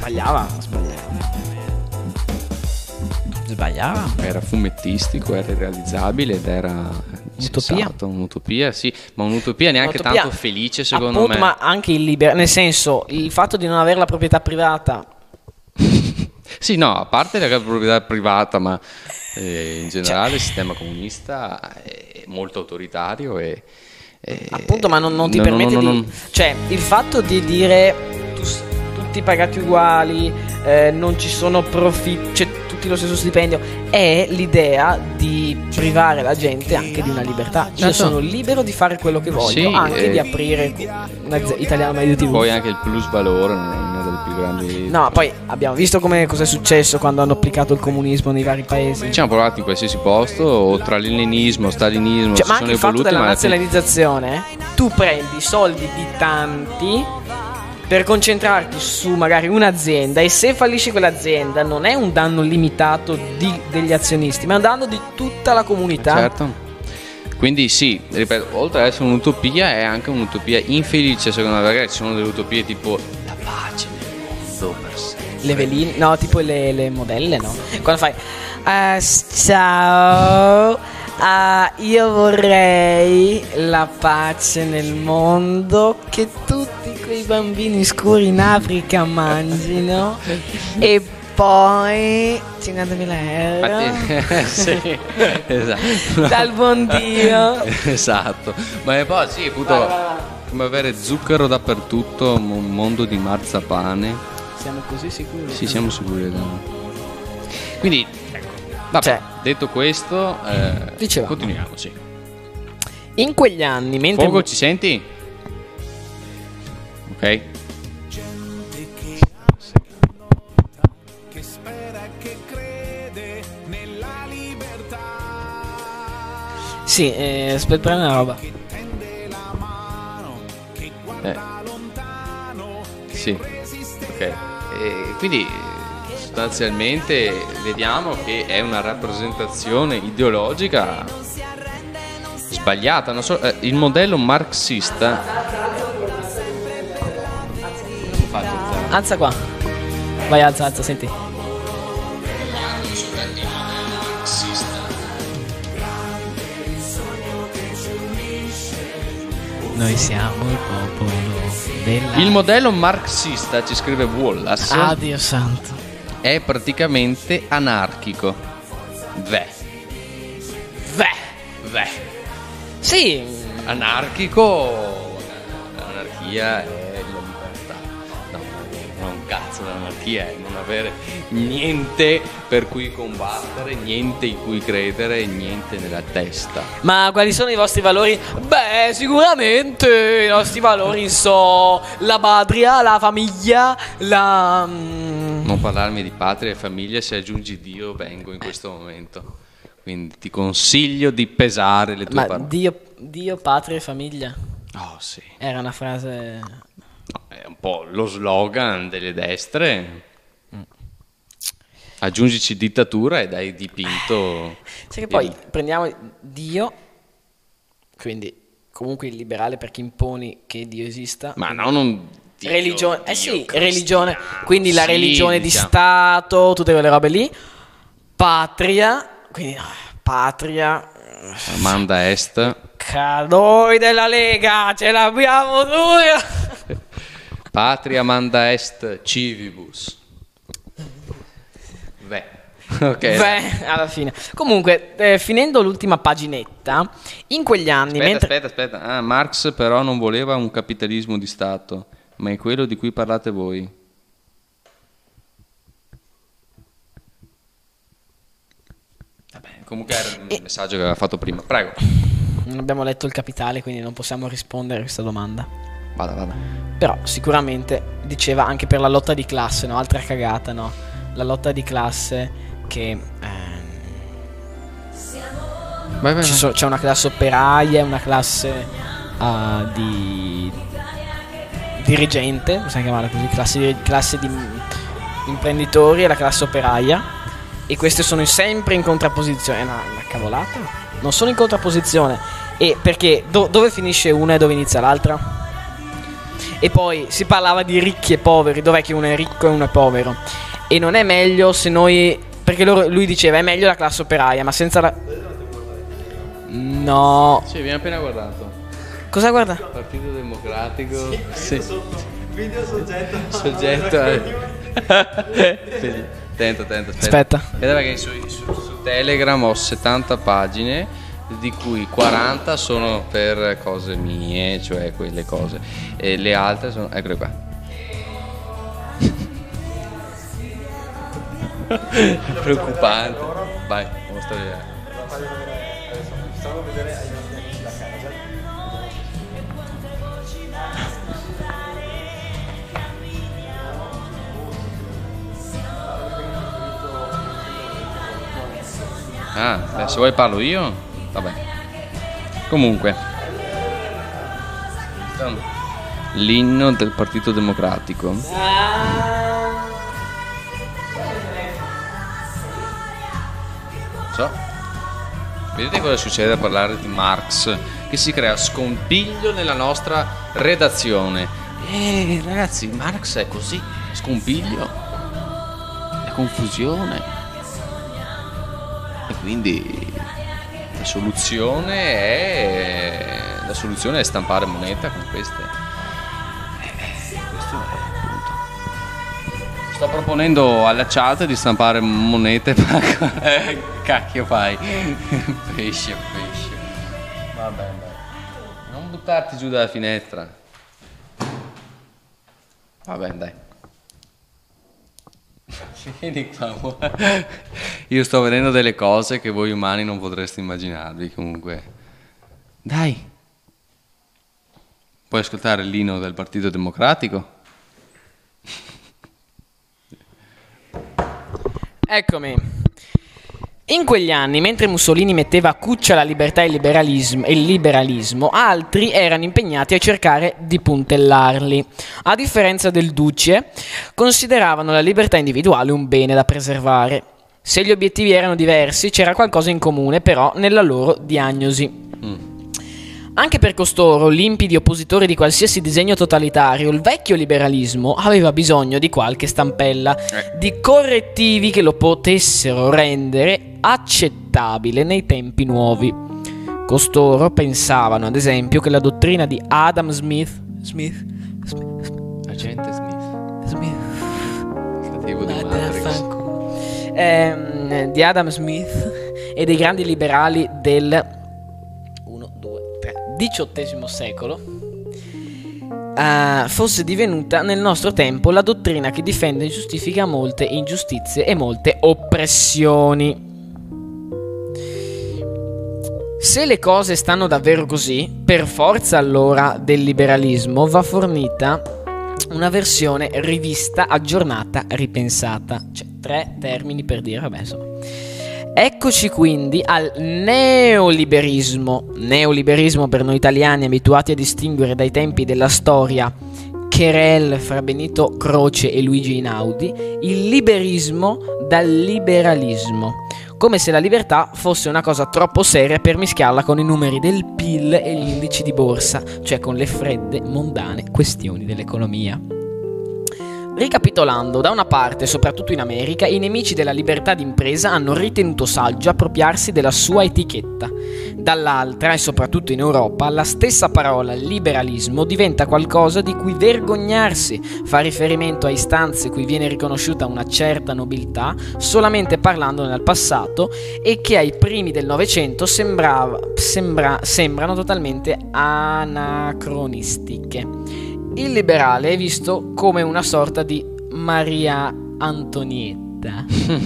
Speaker 1: sbagliava.
Speaker 2: Era fumettistico, era irrealizzabile ed era un'utopia, sì, ma un'utopia neanche tanto felice, secondo me.
Speaker 1: Ma anche nel senso, il fatto di non avere la proprietà privata.
Speaker 2: Sì, no, a parte la proprietà privata, ma in generale il sistema comunista è molto autoritario e
Speaker 1: appunto, ma non ti permette di. Cioè, il fatto di dire tutti pagati uguali, non ci sono profitti, cioè tutti lo stesso stipendio, è l'idea di privare la gente anche di una libertà. Io sono libero di fare quello che voglio, anche di aprire Italiano Medio TV.
Speaker 2: Poi anche il plus valore non è una delle più grandi.
Speaker 1: No, poi abbiamo visto cos'è successo quando hanno applicato il comunismo nei vari paesi.
Speaker 2: Ci hanno provato in qualsiasi posto, o tra leninismo, stalinismo,
Speaker 1: ma anche il fatto della nazionalizzazione, tu prendi soldi di tanti per concentrarti su magari un'azienda, e se fallisce quell'azienda non è un danno limitato degli azionisti, ma è un danno di tutta la comunità.
Speaker 2: Certo. Quindi sì, ripeto, oltre ad essere un'utopia è anche un'utopia infelice, secondo me, perché ci sono delle utopie tipo la pace nel mondo per sempre.
Speaker 1: Le veline, no, tipo le modelle, no? Quando fai ciao, io vorrei la pace nel mondo, che tutti quei bambini scuri in Africa mangino e poi 50.000 euro.
Speaker 2: Sì, esatto.
Speaker 1: Dal buon Dio.
Speaker 2: Esatto. Ma poi sì, appunto, come avere zucchero dappertutto, un mondo di marzapane.
Speaker 1: Siamo così sicuri?
Speaker 2: Sì, siamo sicuri. Quindi vabbè, detto questo, continuiamo, sì.
Speaker 1: In quegli anni, mentre
Speaker 2: Fogo, ci senti? Ok.
Speaker 1: Sì, aspetta una roba.
Speaker 2: Sì, ok. Quindi sostanzialmente vediamo che è una rappresentazione ideologica sbagliata. Non so, il modello marxista.
Speaker 1: Alza qua. Vai, alza, senti. Noi siamo il popolo della...
Speaker 2: Il modello marxista, ci scrive Wallace,
Speaker 1: Ah, Dio santo,
Speaker 2: è praticamente anarchico. Beh.
Speaker 1: Sì.
Speaker 2: Anarchico, l'anarchia è la libertà. No, non cazzo, l'anarchia è non avere niente per cui combattere, niente in cui credere, niente nella testa.
Speaker 1: Ma quali sono i vostri valori? Beh, sicuramente i nostri valori sono la patria, la famiglia, la...
Speaker 2: Non parlarmi di patria e famiglia, se aggiungi Dio vengo in questo momento. Quindi ti consiglio di pesare le tue parole.
Speaker 1: Dio, patria e famiglia.
Speaker 2: Oh sì.
Speaker 1: Era una frase...
Speaker 2: No, è un po' lo slogan delle destre. Aggiungici dittatura ed hai dipinto...
Speaker 1: Sai che poi prendiamo Dio, quindi comunque il liberale perché imponi che Dio esista.
Speaker 2: Ma no, non... Dio,
Speaker 1: Religione,
Speaker 2: Dio
Speaker 1: sì,
Speaker 2: cristiano,
Speaker 1: religione, quindi la
Speaker 2: sì,
Speaker 1: religione
Speaker 2: diciamo.
Speaker 1: di Stato, tutte quelle robe lì. Patria, quindi patria...
Speaker 2: Amanda Est.
Speaker 1: Noi della Lega, ce l'abbiamo due!
Speaker 2: Patria manda est civibus. Ok.
Speaker 1: Beh, alla fine. Comunque, finendo l'ultima paginetta, in quegli anni...
Speaker 2: Aspetta. Ah, Marx però non voleva un capitalismo di Stato, ma è quello di cui parlate voi. Vabbè, comunque era il messaggio che aveva fatto prima. Prego.
Speaker 1: Non abbiamo letto il Capitale, quindi non possiamo rispondere a questa domanda.
Speaker 2: Vada.
Speaker 1: Però sicuramente diceva anche per la lotta di classe, no? Altra cagata, no? La lotta di classe che...
Speaker 2: Vai.
Speaker 1: c'è una classe operaia, una classe di dirigente, possiamo chiamarla così, classe di imprenditori e la classe operaia, e queste sono sempre in contrapposizione. È una cavolata, non sono in contrapposizione, e perché dove finisce una e dove inizia l'altra? E poi si parlava di ricchi e poveri, dov'è che uno è ricco e uno è povero? E non è meglio se noi, perché lui diceva è meglio la classe operaia, ma senza la... No.
Speaker 2: Sì, abbiamo appena guardato.
Speaker 1: Cosa guarda?
Speaker 2: Partito Democratico. Sì.
Speaker 3: Video soggetto.
Speaker 2: Vedi. Attento.
Speaker 1: Aspetta.
Speaker 2: Vedeva che su Telegram ho 70 pagine, di cui 40 sono per cose mie, cioè quelle cose, e le altre sono... Eccole qua. Preoccupante. Vai, mostra.
Speaker 3: Facciamo vedere ai nostri amici la casa.
Speaker 2: Ah, beh, se vuoi parlo io? Vabbè. Comunque. L'inno del Partito Democratico. So. Vedete cosa succede a parlare di Marx? Che si crea scompiglio nella nostra redazione. Ragazzi, Marx è così. Scompiglio. È confusione. E quindi la soluzione è stampare moneta con queste. Questo è il punto. Sto proponendo alla chat di stampare monete. Cacchio fai? Pesce. Vabbè. Non buttarti giù dalla finestra. Vabbè, dai. Vieni qua. Io sto vedendo delle cose che voi umani non potreste immaginarvi. Comunque, dai, puoi ascoltare l'inno del Partito Democratico?
Speaker 1: Eccomi. In quegli anni, mentre Mussolini metteva a cuccia la libertà e il liberalismo, altri erano impegnati a cercare di puntellarli. A differenza del Duce, consideravano la libertà individuale un bene da preservare. Se gli obiettivi erano diversi, c'era qualcosa in comune però nella loro diagnosi. Anche per costoro, limpidi oppositori di qualsiasi disegno totalitario, il vecchio liberalismo aveva bisogno di qualche stampella, di correttivi che lo potessero rendere accettabile nei tempi nuovi. Costoro pensavano, ad esempio, che la dottrina di Adam
Speaker 2: Agente Smith.
Speaker 1: Di Adam Smith e dei grandi liberali del XVIII secolo fosse divenuta nel nostro tempo la dottrina che difende e giustifica molte ingiustizie e molte oppressioni. Se le cose stanno davvero così, per forza allora del liberalismo va fornita una versione rivista, aggiornata, ripensata. Cioè 3 termini per dire, vabbè, insomma. Eccoci quindi al neoliberismo. Neoliberismo per noi italiani abituati a distinguere dai tempi della storia querelle fra Benito Croce e Luigi Einaudi, il liberismo dal liberalismo, come se la libertà fosse una cosa troppo seria per mischiarla con i numeri del PIL e gli indici di borsa, cioè con le fredde, mondane questioni dell'economia. Ricapitolando, da una parte, soprattutto in America, i nemici della libertà d'impresa hanno ritenuto saggio appropriarsi della sua etichetta. Dall'altra, e soprattutto in Europa, la stessa parola liberalismo diventa qualcosa di cui vergognarsi, fa riferimento a istanze cui viene riconosciuta una certa nobiltà solamente parlandone al passato e che ai primi del Novecento sembrano totalmente anacronistiche. Il liberale è visto come una sorta di Maria Antonietta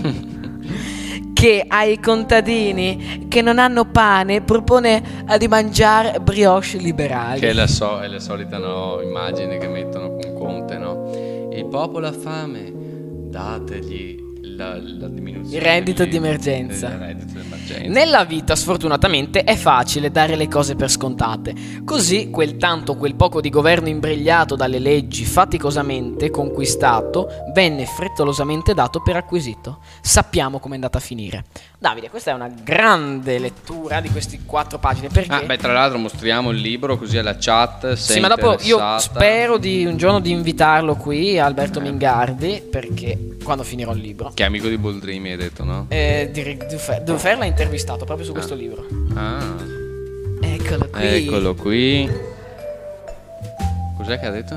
Speaker 1: che ai contadini che non hanno pane propone di mangiare brioche liberali.
Speaker 2: Che è la solita immagine che mettono con Conte, no? Il popolo ha fame, dategli la diminuzione
Speaker 1: il reddito di emergenza. Nella vita sfortunatamente è facile dare le cose per scontate, così quel tanto o quel poco di governo imbrigliato dalle leggi faticosamente conquistato venne frettolosamente dato per acquisito. Sappiamo com'è andata a finire. Davide, questa è una grande lettura di questi 4 pagine, perché
Speaker 2: tra l'altro mostriamo il libro così alla chat.
Speaker 1: Sì, ma dopo io spero di un giorno di invitarlo qui, Alberto Mingardi, perché quando finirò il libro,
Speaker 2: che è amico di Boldrini, mi hai detto, no?
Speaker 1: Dufer l'ha intervistato proprio su questo libro.
Speaker 2: Eccolo qui. Cos'è che ha detto?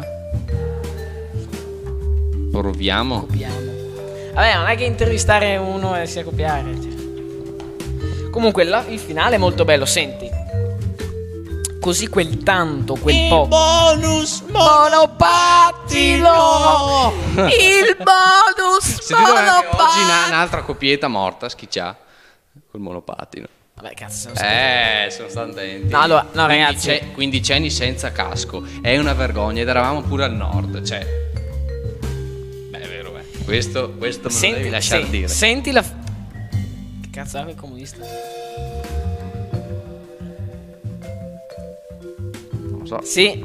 Speaker 2: Proviamo.
Speaker 1: Copiamo. Vabbè, non è che intervistare uno e sia copiare, cioè. Comunque il finale è molto bello, senti. Così quel tanto, quel poco.
Speaker 4: Bonus monopattino. Il bonus monopattino.
Speaker 2: Oggi un'altra coppietta morta, schiccià col monopattino.
Speaker 1: Vabbè, cazzo,
Speaker 2: sono stati.
Speaker 1: No, allora, no, ragazzi,
Speaker 2: quindicenni senza casco. È una vergogna ed eravamo pure al nord, cioè. Beh, è vero, Questo me lo devi lasciare dire.
Speaker 1: Senti la che cazzo è quel comunista?
Speaker 2: Non lo so.
Speaker 1: Sì.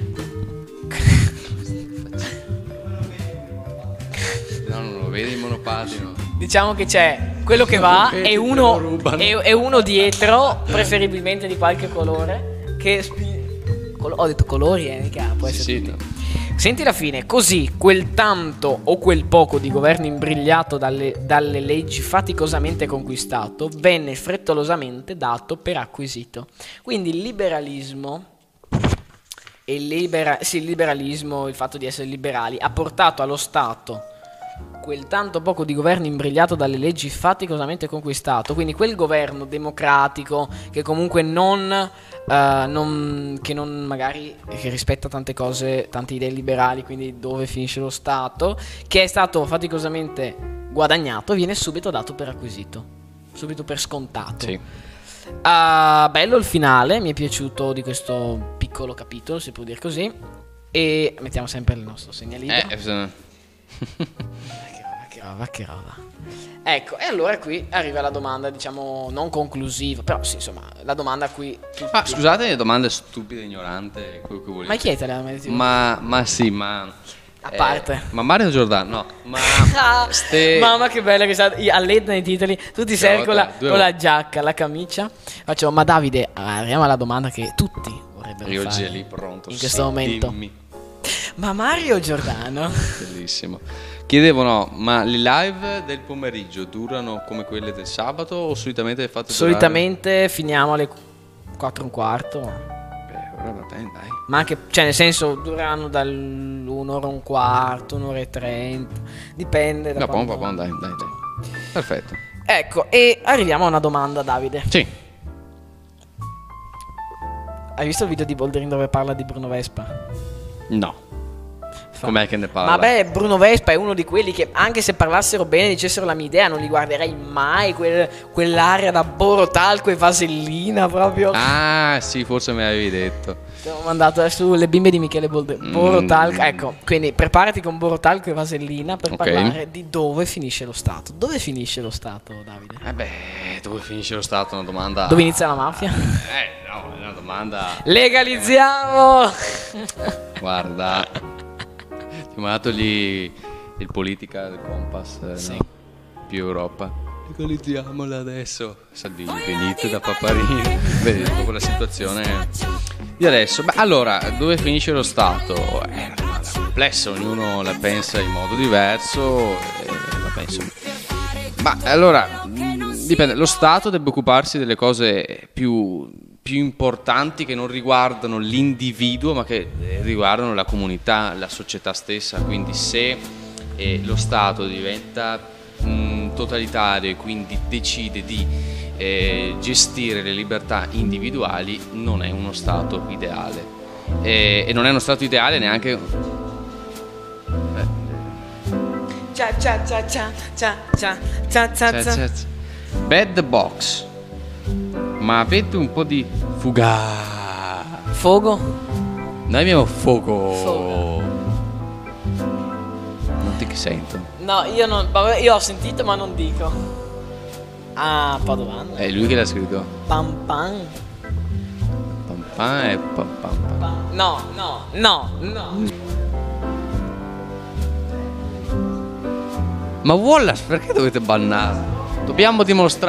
Speaker 2: No, non lo vedi il monopattino.
Speaker 1: Diciamo che c'è quello che va e uno dietro, preferibilmente di qualche colore, che ho detto colori, mica può essere tutti.
Speaker 2: No.
Speaker 1: Senti la fine, così quel tanto o quel poco di governo imbrigliato dalle leggi faticosamente conquistato venne frettolosamente dato per acquisito. Quindi il liberalismo il liberalismo, il fatto di essere liberali, ha portato allo Stato quel tanto poco di governo imbrigliato dalle leggi faticosamente conquistato, quindi quel governo democratico che comunque che rispetta tante cose, tante idee liberali, quindi dove finisce lo Stato, che è stato faticosamente guadagnato, viene subito dato per acquisito, subito per scontato.
Speaker 2: Sì.
Speaker 1: Bello il finale, mi è piaciuto di questo piccolo capitolo, si può dire così, e mettiamo sempre il nostro segnalibro. che roba. Ecco, e allora qui arriva la domanda, diciamo, non conclusiva, però sì, insomma, la domanda a cui tutti...
Speaker 2: Scusate le domande stupide, ignoranti, quello che volete.
Speaker 1: Ma chi è italiano?
Speaker 2: Ma sì, ma...
Speaker 1: A parte.
Speaker 2: Ma Mario Giordano, no. Ma
Speaker 1: mamma che bella che sta all'Etna nei titoli. Tu ti sei con la giacca, la camicia. Faccio, ma Davide, arriviamo alla domanda che tutti vorrebbero
Speaker 2: io
Speaker 1: fare
Speaker 2: lì pronto
Speaker 1: in questo momento.
Speaker 2: Dimmi.
Speaker 1: Ma Mario Giordano
Speaker 2: Bellissimo. Chiedevano, ma le live del pomeriggio durano come quelle del sabato o solitamente le fate
Speaker 1: Solitamente finiamo alle 4:15.
Speaker 2: Ora va bene, dai.
Speaker 1: Ma anche, cioè nel senso, dureranno dall'1 ora e un quarto, 1 ora e 30. Dipende da
Speaker 2: dai. Perfetto.
Speaker 1: Ecco, e arriviamo a una domanda, Davide.
Speaker 2: Sì.
Speaker 1: Hai visto il video di Boldrin dove parla di Bruno Vespa?
Speaker 2: No. Com'è che ne parla?
Speaker 1: Ma beh, Bruno Vespa è uno di quelli che anche se parlassero bene, dicessero la mia idea, non li guarderei mai. Quell'area da borotalco e vasellina proprio.
Speaker 2: Ah, sì, forse me l'avevi detto.
Speaker 1: Ti ho mandato sulle bimbe di Michele Borotalco. Ecco, quindi preparati con borotalco e vasellina per parlare di dove finisce lo Stato. Dove finisce lo Stato, Davide?
Speaker 2: Dove finisce lo Stato? Una domanda.
Speaker 1: Dove inizia la mafia?
Speaker 2: No, è una domanda.
Speaker 1: Legalizziamo!
Speaker 2: Guarda, ti ho mandato lì il Political Compass,
Speaker 1: sì.
Speaker 2: No? Più Europa. Legalizziamola adesso. Salvini, venite da Paparini. Vedi, dopo quella situazione di adesso. Allora, dove finisce lo Stato? È una domanda complessa, ognuno la pensa in modo diverso. La penso. Ma allora, dipende. Lo Stato deve occuparsi delle cose più importanti che non riguardano l'individuo ma che riguardano la comunità, la società stessa. Quindi se lo Stato diventa totalitario e quindi decide di gestire le libertà individuali, non è uno Stato ideale e non è uno Stato ideale neanche Bad Box. Ma avete un po' di
Speaker 1: Fogo?
Speaker 2: Noi abbiamo fuoco. Non ti sento.
Speaker 1: No, io ho sentito ma non dico. Ah, Padovano.
Speaker 2: È lui che l'ha scritto.
Speaker 1: Pam pam.
Speaker 2: Pam pam e pam pam pam.
Speaker 1: No.
Speaker 2: Ma Wallace, perché dovete bannare? Dobbiamo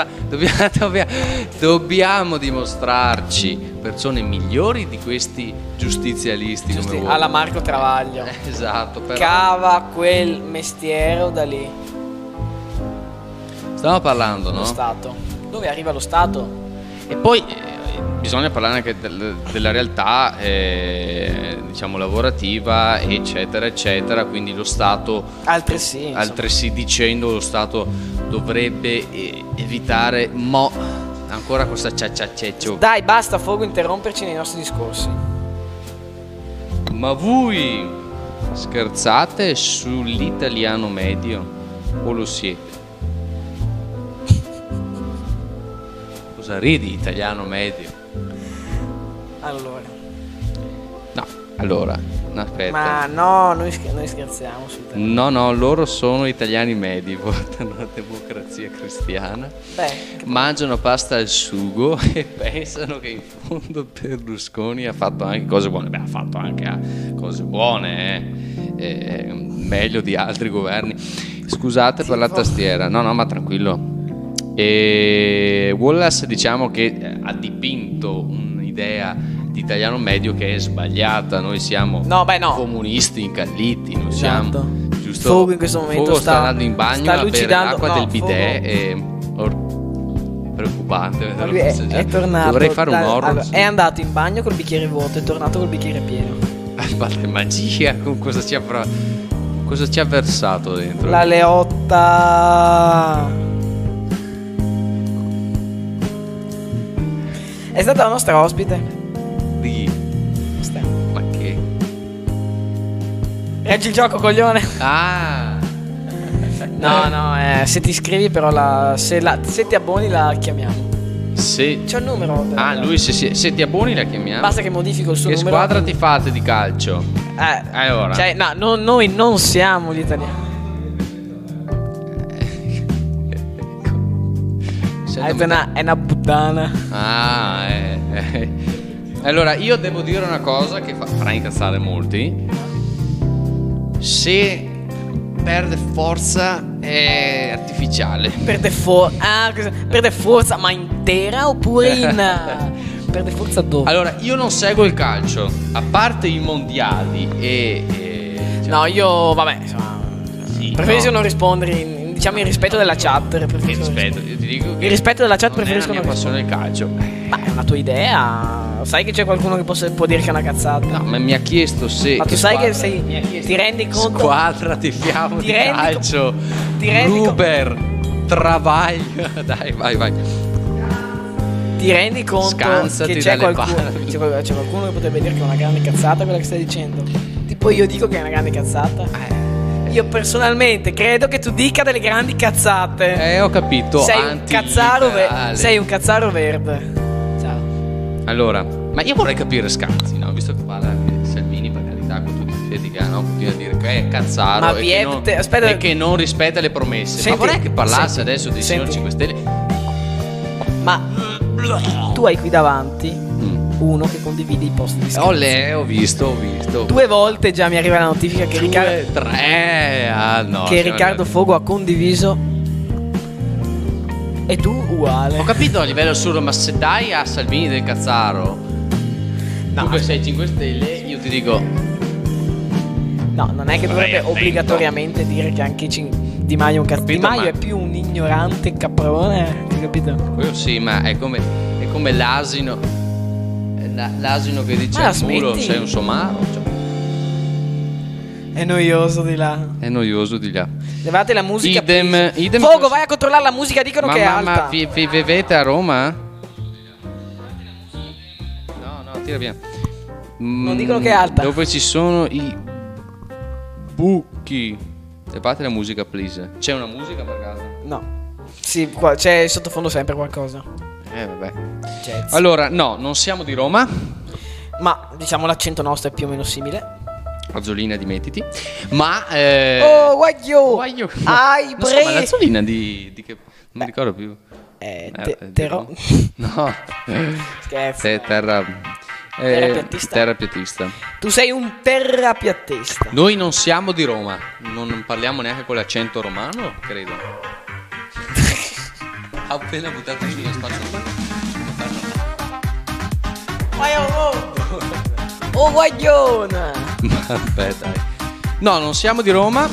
Speaker 2: dimostrarci persone migliori di questi giustizialisti come voi.
Speaker 1: Alla Marco Travaglio.
Speaker 2: Esatto, però
Speaker 1: cava quel mestiere da lì.
Speaker 2: Stiamo parlando, no?
Speaker 1: Lo Stato. Dove arriva lo Stato?
Speaker 2: E poi bisogna parlare anche della realtà diciamo lavorativa, eccetera eccetera. Quindi lo Stato altresì dicendo lo Stato dovrebbe evitare ancora questa ciacciaceccio.
Speaker 1: Dai, basta Fogo interromperci nei nostri discorsi.
Speaker 2: Ma voi scherzate sull'italiano medio o lo siete? Cosa ridi, italiano medio? Allora, no, aspetta.
Speaker 1: Ma no, noi scherziamo sul tema.
Speaker 2: No, loro sono italiani medi, votano la Democrazia Cristiana, mangiano pasta al sugo e pensano che in fondo Berlusconi ha fatto anche cose buone. Ha fatto anche cose buone, meglio di altri governi. Scusate per la tastiera. No, ma tranquillo. E Wallace, diciamo che ha dipinto un'idea di italiano medio che è sbagliata. Noi siamo comunisti incalliti, non siamo giusto.
Speaker 1: Fogo in questo momento
Speaker 2: sta andando in bagno a bere l'acqua del bidet
Speaker 1: e
Speaker 2: preoccupante.
Speaker 1: È tornato.
Speaker 2: Dovrei fare un horror.
Speaker 1: È andato in bagno col bicchiere vuoto, è tornato col bicchiere pieno.
Speaker 2: È magia. Cosa ci ha versato dentro?
Speaker 1: La Leotta. È stata la nostra ospite.
Speaker 2: Ma che?
Speaker 1: Reggi il gioco, coglione. No, se ti iscrivi però se ti abboni la chiamiamo. C'è un numero.
Speaker 2: Lui se ti abboni la chiamiamo.
Speaker 1: Basta che modifico il suo
Speaker 2: numero. Che squadra ti fate di calcio?
Speaker 1: Allora. Cioè, noi non siamo gli italiani. È una puttana.
Speaker 2: Allora, io devo dire una cosa che farà incazzare molti. Se perde forza è artificiale.
Speaker 1: Perde forza, ma intera oppure perde forza dove?
Speaker 2: Allora, io non seguo il calcio, a parte i mondiali
Speaker 1: No, io vabbè, insomma, preferisco non rispondere diciamo in rispetto della chat.
Speaker 2: Io ti dico che
Speaker 1: il rispetto della chat preferisco
Speaker 2: non è la mia passione del calcio.
Speaker 1: Ma è una tua idea. Sai che c'è qualcuno che può dire che è una cazzata?
Speaker 2: No, ma mi ha chiesto se.
Speaker 1: Ma tu sai che ti rendi conto?
Speaker 2: Squadra, tifiamo di calcio. Ruber, Travaglio. Dai, vai.
Speaker 1: Ti rendi conto
Speaker 2: Scansati
Speaker 1: che c'è qualcuno che potrebbe dire che è una grande cazzata quella che stai dicendo? Tipo io dico che è una grande cazzata. Io personalmente credo che tu dica delle grandi cazzate.
Speaker 2: Ho capito.
Speaker 1: Sei un cazzaro verde. Ciao.
Speaker 2: Allora, ma io vorrei capire Scanzi, no? Visto che parla di Salvini, per carità, con tutti i critica, no? Continua a dire che è cazzaro e che non rispetta le promesse.
Speaker 1: Senti,
Speaker 2: ma vorrei che parlasse adesso dei signor 5 Stelle.
Speaker 1: Ma tu hai qui davanti uno che condivide i post di Scanzi.
Speaker 2: Ho visto.
Speaker 1: 2 volte già mi arriva la notifica che Riccardo Fogo ha condiviso. E tu uguale.
Speaker 2: Ho capito a livello assurdo, ma se dai a Salvini del cazzaro, tu che sei 5 Stelle, io ti dico.
Speaker 1: No, non è che dovrebbe obbligatoriamente dire che anche Di Maio è un cazzaro. Di Maio è più un ignorante caprone, hai capito?
Speaker 2: Quello sì, ma è come l'asino. L'asino che dice al mulo sei un somaro. Cioè.
Speaker 1: È noioso di là. Levate la musica.
Speaker 2: Idem.
Speaker 1: Fogo, vai a controllare la musica, dicono che è alta.
Speaker 2: Ma vivete a Roma? No, tira via.
Speaker 1: Non dicono che è alta.
Speaker 2: Dove ci sono i buchi. Levate la musica, please. C'è una musica per caso?
Speaker 1: No. Sì, qua c'è sottofondo sempre qualcosa.
Speaker 2: Vabbè.
Speaker 1: Jazz.
Speaker 2: Allora, no, non siamo di Roma.
Speaker 1: Ma diciamo l'accento nostro è più o meno simile.
Speaker 2: Azzolina, dimettiti. Ma
Speaker 1: oh, guaglio. Ai
Speaker 2: non so, ma l'Azzolina di che non mi ricordo più. No.
Speaker 1: Scherzo.
Speaker 2: Terrapiattista.
Speaker 1: Tu sei un terrapiattista.
Speaker 2: Noi non siamo di Roma. Non parliamo neanche con l'accento romano, credo. Ha appena buttato su una spazzatura.
Speaker 1: Oh guaglione.
Speaker 2: Vabbè, dai. No, non siamo di Roma.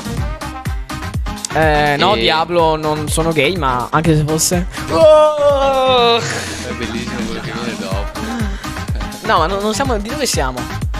Speaker 1: No, Diablo, non sono gay, ma anche se fosse. Oh!
Speaker 2: È bellissimo quello che viene dopo.
Speaker 1: No, ma non siamo. Di dove siamo?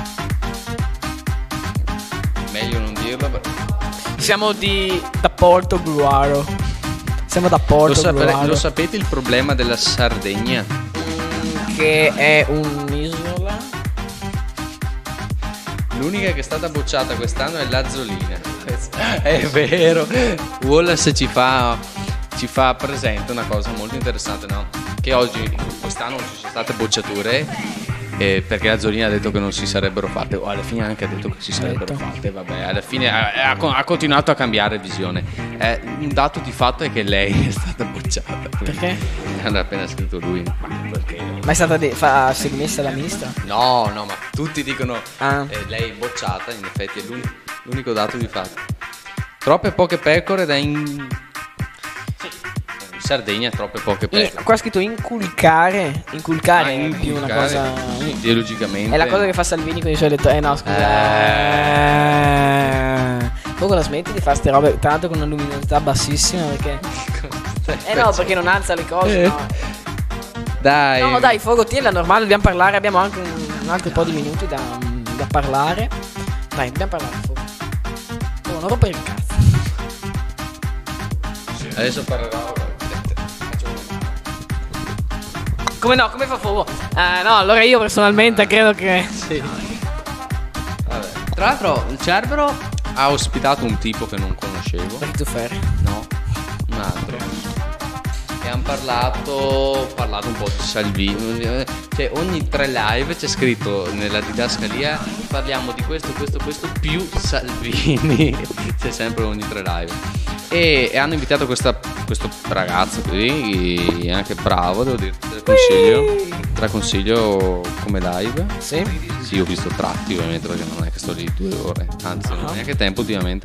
Speaker 2: Meglio non dirlo.
Speaker 1: Siamo da Portogruaro. Siamo da Portogruaro.
Speaker 2: Lo sapete il problema della Sardegna?
Speaker 1: Che è un'isola.
Speaker 2: L'unica che è stata bocciata quest'anno è l'Azzolina. È vero. Wallace ci fa presente una cosa molto interessante, no? Che quest'anno non ci sono state bocciature perché l'Azzolina ha detto che non si sarebbero fatte, o alla fine anche ha detto che si sarebbero fatte. Vabbè, alla fine ha continuato a cambiare visione. Un dato di fatto è che lei è stata bocciata.
Speaker 1: Perché?
Speaker 2: L'ha appena scritto lui.
Speaker 1: Ma è stata si è dimessa la ministra?
Speaker 2: No, ma tutti dicono lei è bocciata, in effetti è l'unico dato di fatto. Troppe poche pecore in Sardegna, troppe poche pecore.
Speaker 1: Qua è scritto inculcare è più una cosa
Speaker 2: ideologicamente.
Speaker 1: È la cosa che fa Salvini con i suoi elettori. No, scusa. Poco la smetti di fare ste robe, tra l'altro con una luminosità bassissima, perché no, perché non alza le cose, no.
Speaker 2: Dai.
Speaker 1: No, dai, Fogo, tienila normale, dobbiamo parlare, abbiamo anche un altro po' di minuti da parlare. Dai, dobbiamo parlare, Fogo. Fogo, non rompere il cazzo.
Speaker 2: Adesso parlerò.
Speaker 1: Come no? Come fa Fogo? No, allora io personalmente credo che
Speaker 2: sì. Vabbè. Tra l'altro il Cerbero ha ospitato un tipo che non conoscevo.
Speaker 1: Ferri?
Speaker 2: No, un altro. E hanno parlato un po' di Salvini. Cioè ogni 3 live c'è scritto nella didascalia parliamo di questo più Salvini. C'è sempre ogni 3 live. e hanno invitato questo ragazzo qui, anche bravo, devo dirti, te la consiglio come live.
Speaker 1: Sì,
Speaker 2: ho visto tratti ovviamente, perché non è che sto lì 2 ore, anzi non ho neanche tempo ultimamente.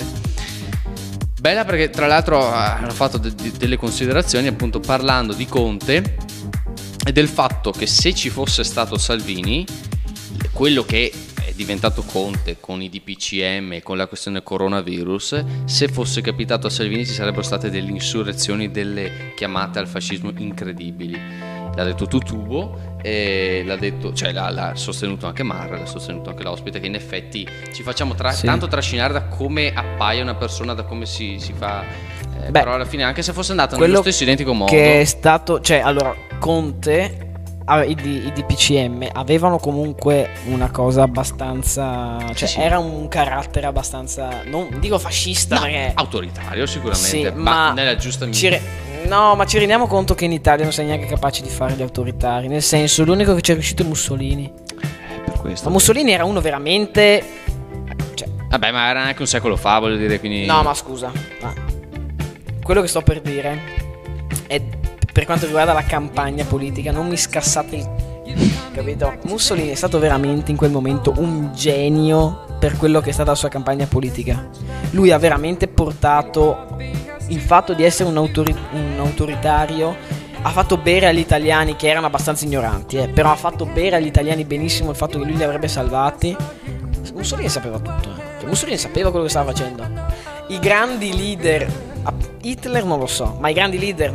Speaker 2: Bella perché tra l'altro hanno fatto delle considerazioni appunto parlando di Conte e del fatto che se ci fosse stato Salvini, quello che è diventato Conte con i DPCM e con la questione coronavirus, se fosse capitato a Salvini ci sarebbero state delle insurrezioni, delle chiamate al fascismo incredibili. L'ha detto Tutubo e l'ha detto, cioè l'ha sostenuto anche Marra, l'ha sostenuto anche l'ospite, che in effetti ci facciamo tanto trascinare da come appaia una persona, da come si fa, però alla fine anche se fosse andato nello stesso identico modo,
Speaker 1: che è stato, cioè allora Conte, i DPCM avevano comunque una cosa abbastanza, cioè sì. Era un carattere abbastanza, non dico fascista, perché
Speaker 2: autoritario sicuramente,
Speaker 1: sì,
Speaker 2: ma nella giusta misura.
Speaker 1: No, ma ci rendiamo conto che in Italia non sei neanche capaci di fare gli autoritari. Nel senso, l'unico che ci è riuscito è Mussolini.
Speaker 2: Per questo.
Speaker 1: Ma Mussolini era uno veramente, cioè...
Speaker 2: Vabbè, ma era anche un secolo fa, voglio dire, quindi...
Speaker 1: No, ma scusa, quello che sto per dire è, per quanto riguarda la campagna politica, non mi scassate il... capito? Mussolini è stato veramente in quel momento un genio per quello che è stata la sua campagna politica. Lui ha veramente portato il fatto di essere un autoritario, ha fatto bere agli italiani che erano abbastanza ignoranti, però ha fatto bere agli italiani benissimo il fatto che lui li avrebbe salvati. Mussolini sapeva tutto, Mussolini sapeva quello che stava facendo. I grandi leader, Hitler non lo so, ma i grandi leader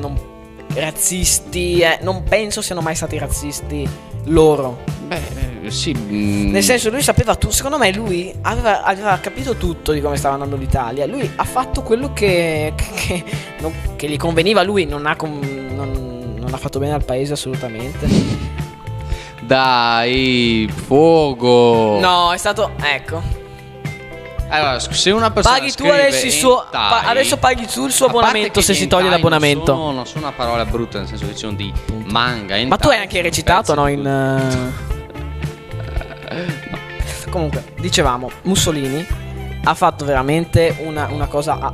Speaker 1: razzisti, non penso siano mai stati razzisti loro.
Speaker 2: Sì.
Speaker 1: Nel senso, lui sapeva tutto. Secondo me lui aveva capito tutto di come stava andando l'Italia. Lui ha fatto quello che gli conveniva a lui. Non ha fatto bene al paese assolutamente.
Speaker 2: Dai, fuoco.
Speaker 1: No, è stato, ecco.
Speaker 2: Allora, se una persona
Speaker 1: paghi tu adesso paghi tu il suo abbonamento, se si toglie l'abbonamento.
Speaker 2: Non sono una parola brutta, nel senso che ci sono di manga.
Speaker 1: Ma tu hai anche recitato, no? Comunque, dicevamo, Mussolini ha fatto veramente una cosa.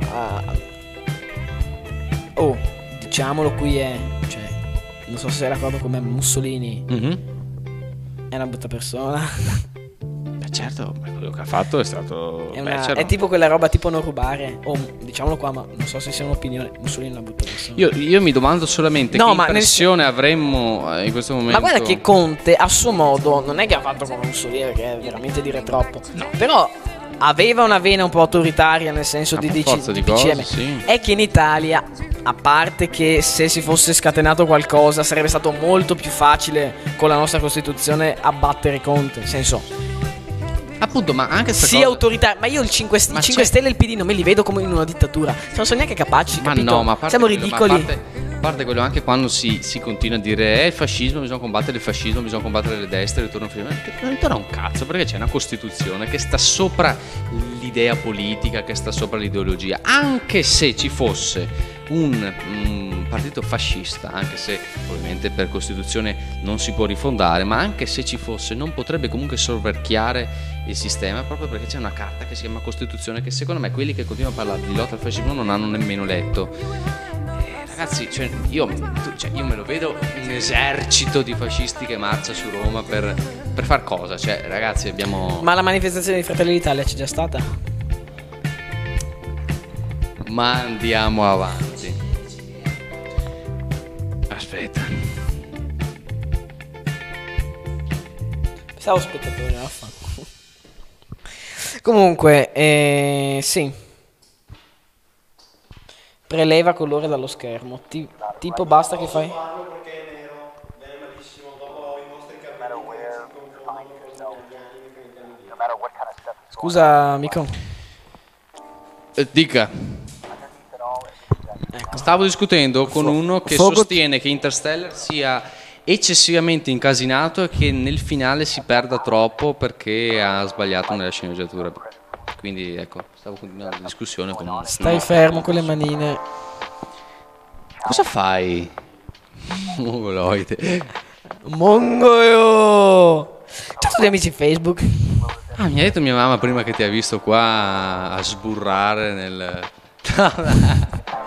Speaker 1: Diciamolo qui cioè, non so se sei d'accordo con me, Mussolini è una brutta persona.
Speaker 2: Certo, quello che ha fatto è stato
Speaker 1: è tipo quella roba tipo non rubare, diciamolo qua, ma non so se sia un'opinione. Mussolini è una brutta persona.
Speaker 2: Io mi domando solamente che impressione avremmo in questo momento.
Speaker 1: Ma guarda che Conte a suo modo non è che ha fatto come Mussolini, perché è veramente dire troppo, no. Però aveva una vena un po' autoritaria, nel senso di DPCM, sì. È che in Italia, a parte che se si fosse scatenato qualcosa sarebbe stato molto più facile con la nostra Costituzione abbattere Conte, nel senso,
Speaker 2: appunto, ma anche
Speaker 1: sì, autoritario. Ma io il 5 Stelle e il PD non me li vedo come in una dittatura. Non sono neanche capaci, capito?
Speaker 2: No, ma
Speaker 1: siamo ridicoli.
Speaker 2: A parte quello, anche quando si continua a dire il fascismo, bisogna combattere il fascismo, bisogna combattere le destre, ritorno a non torna un cazzo, perché c'è una Costituzione che sta sopra l'idea politica, che sta sopra l'ideologia. Anche se ci fosse un partito fascista, anche se ovviamente per Costituzione non si può rifondare, ma anche se ci fosse, non potrebbe comunque sorverchiare il sistema, proprio perché c'è una carta che si chiama Costituzione, che secondo me quelli che continuano a parlare di lotta al fascismo non hanno nemmeno letto. Ragazzi, io me lo vedo un esercito di fascisti che marcia su Roma per far cosa? Cioè, ragazzi, abbiamo...
Speaker 1: Ma la manifestazione di Fratelli d'Italia c'è già stata?
Speaker 2: Ma andiamo avanti. Aspetta.
Speaker 1: Pensavo spettatore, vaffanculo. Comunque, sì. Preleva colore dallo schermo. Tipo basta che fai. Scusa, amico.
Speaker 2: Dica.
Speaker 1: Ecco.
Speaker 2: Stavo discutendo con uno che sostiene che Interstellar sia eccessivamente incasinato e che nel finale si perda troppo perché ha sbagliato nella sceneggiatura. Quindi ecco, stavo continuando la discussione con...
Speaker 1: Stai fermo con le manine.
Speaker 2: Cosa fai? Mongoloide.
Speaker 1: Mongoio. Tutti gli amici Facebook.
Speaker 2: Mi ha detto mia mamma prima che ti ha visto qua a sburrare nel...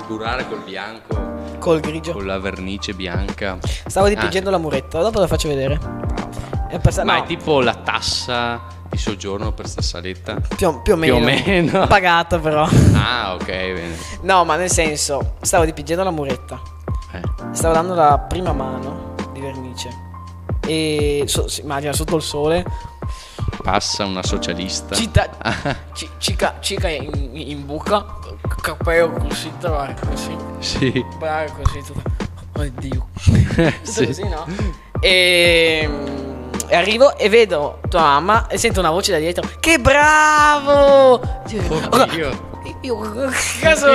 Speaker 2: sburare col bianco,
Speaker 1: col grigio,
Speaker 2: con la vernice bianca.
Speaker 1: Stavo dipingendo la muretta, dopo la faccio vedere.
Speaker 2: Ma è tipo la tassa di soggiorno per sta saletta?
Speaker 1: Più o meno. Pagata però.
Speaker 2: Ah, ok, bene.
Speaker 1: No, ma nel senso, stavo dipingendo la muretta. Stavo dando la prima mano di vernice. E si immagina sotto il sole.
Speaker 2: Passa una socialista.
Speaker 1: Cica in buca. Capello così, così.
Speaker 2: Sì.
Speaker 1: Bravo così tutto. Oddio.
Speaker 2: Sì.
Speaker 1: Così, no? E arrivo e vedo tua mamma e sento una voce da dietro. Che bravo!
Speaker 2: Oddio.
Speaker 1: Io caso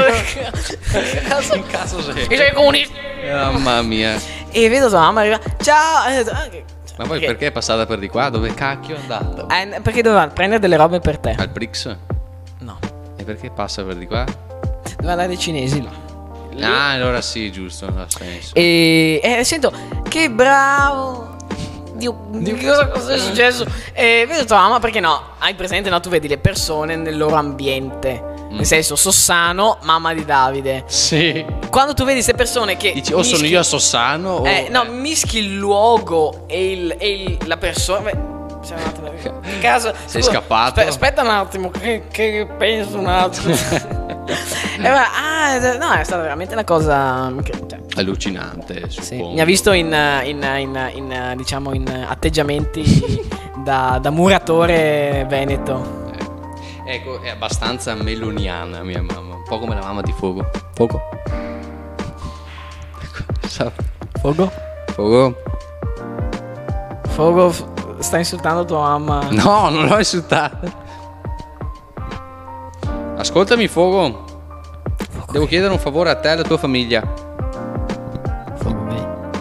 Speaker 2: sei?
Speaker 1: Che sei comunista.
Speaker 2: Mamma mia.
Speaker 1: E vedo tua mamma arriva. Ciao.
Speaker 2: Ma poi perché è passata per di qua? Dove cacchio è andata?
Speaker 1: Perché doveva prendere delle robe per te.
Speaker 2: Al Brix?
Speaker 1: No.
Speaker 2: E perché passa per di qua?
Speaker 1: Doveva andare dai cinesi là.
Speaker 2: Ah, allora sì, giusto, ha senso.
Speaker 1: E sento, che bravo. Dio, cosa è successo? E vedo tua mamma, perché no? Hai presente, no? Tu vedi le persone nel loro ambiente. Nel senso, Sossano, mamma di Davide.
Speaker 2: Sì.
Speaker 1: Quando tu vedi queste persone che
Speaker 2: dici, o sono io a Sossano o...
Speaker 1: no, mischi il luogo e la persona. C'è un attimo. Caso,
Speaker 2: sei scappato?
Speaker 1: Aspetta un attimo, che penso un attimo. No, è stata veramente una cosa
Speaker 2: allucinante, suppongo.
Speaker 1: Sì, mi ha visto in diciamo in atteggiamenti da muratore veneto.
Speaker 2: Ecco, è abbastanza meloniana mia mamma, un po' come la mamma di Fogo. Fogo?
Speaker 1: Fogo?
Speaker 2: Fogo?
Speaker 1: Fogo, sta insultando tua mamma?
Speaker 2: No, non l'ho insultata. Ascoltami, Fogo. Devo chiedere un favore a te e alla tua famiglia.
Speaker 1: Fogo, beh.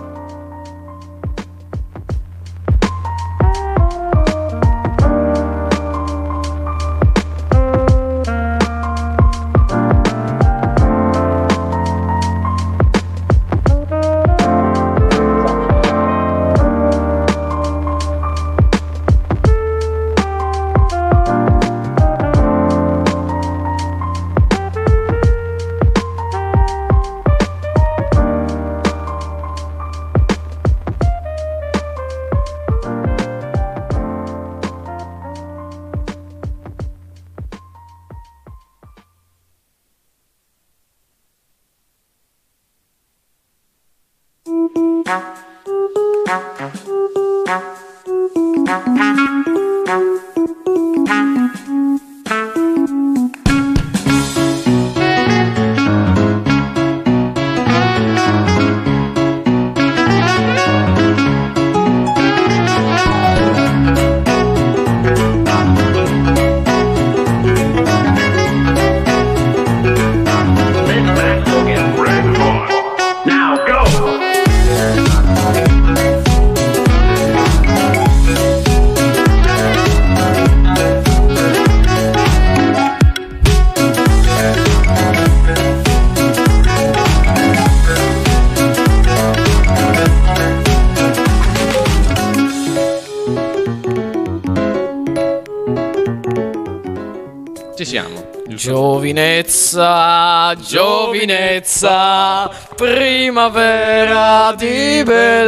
Speaker 2: Ci siamo.
Speaker 1: Giovinezza, giovinezza, primavera di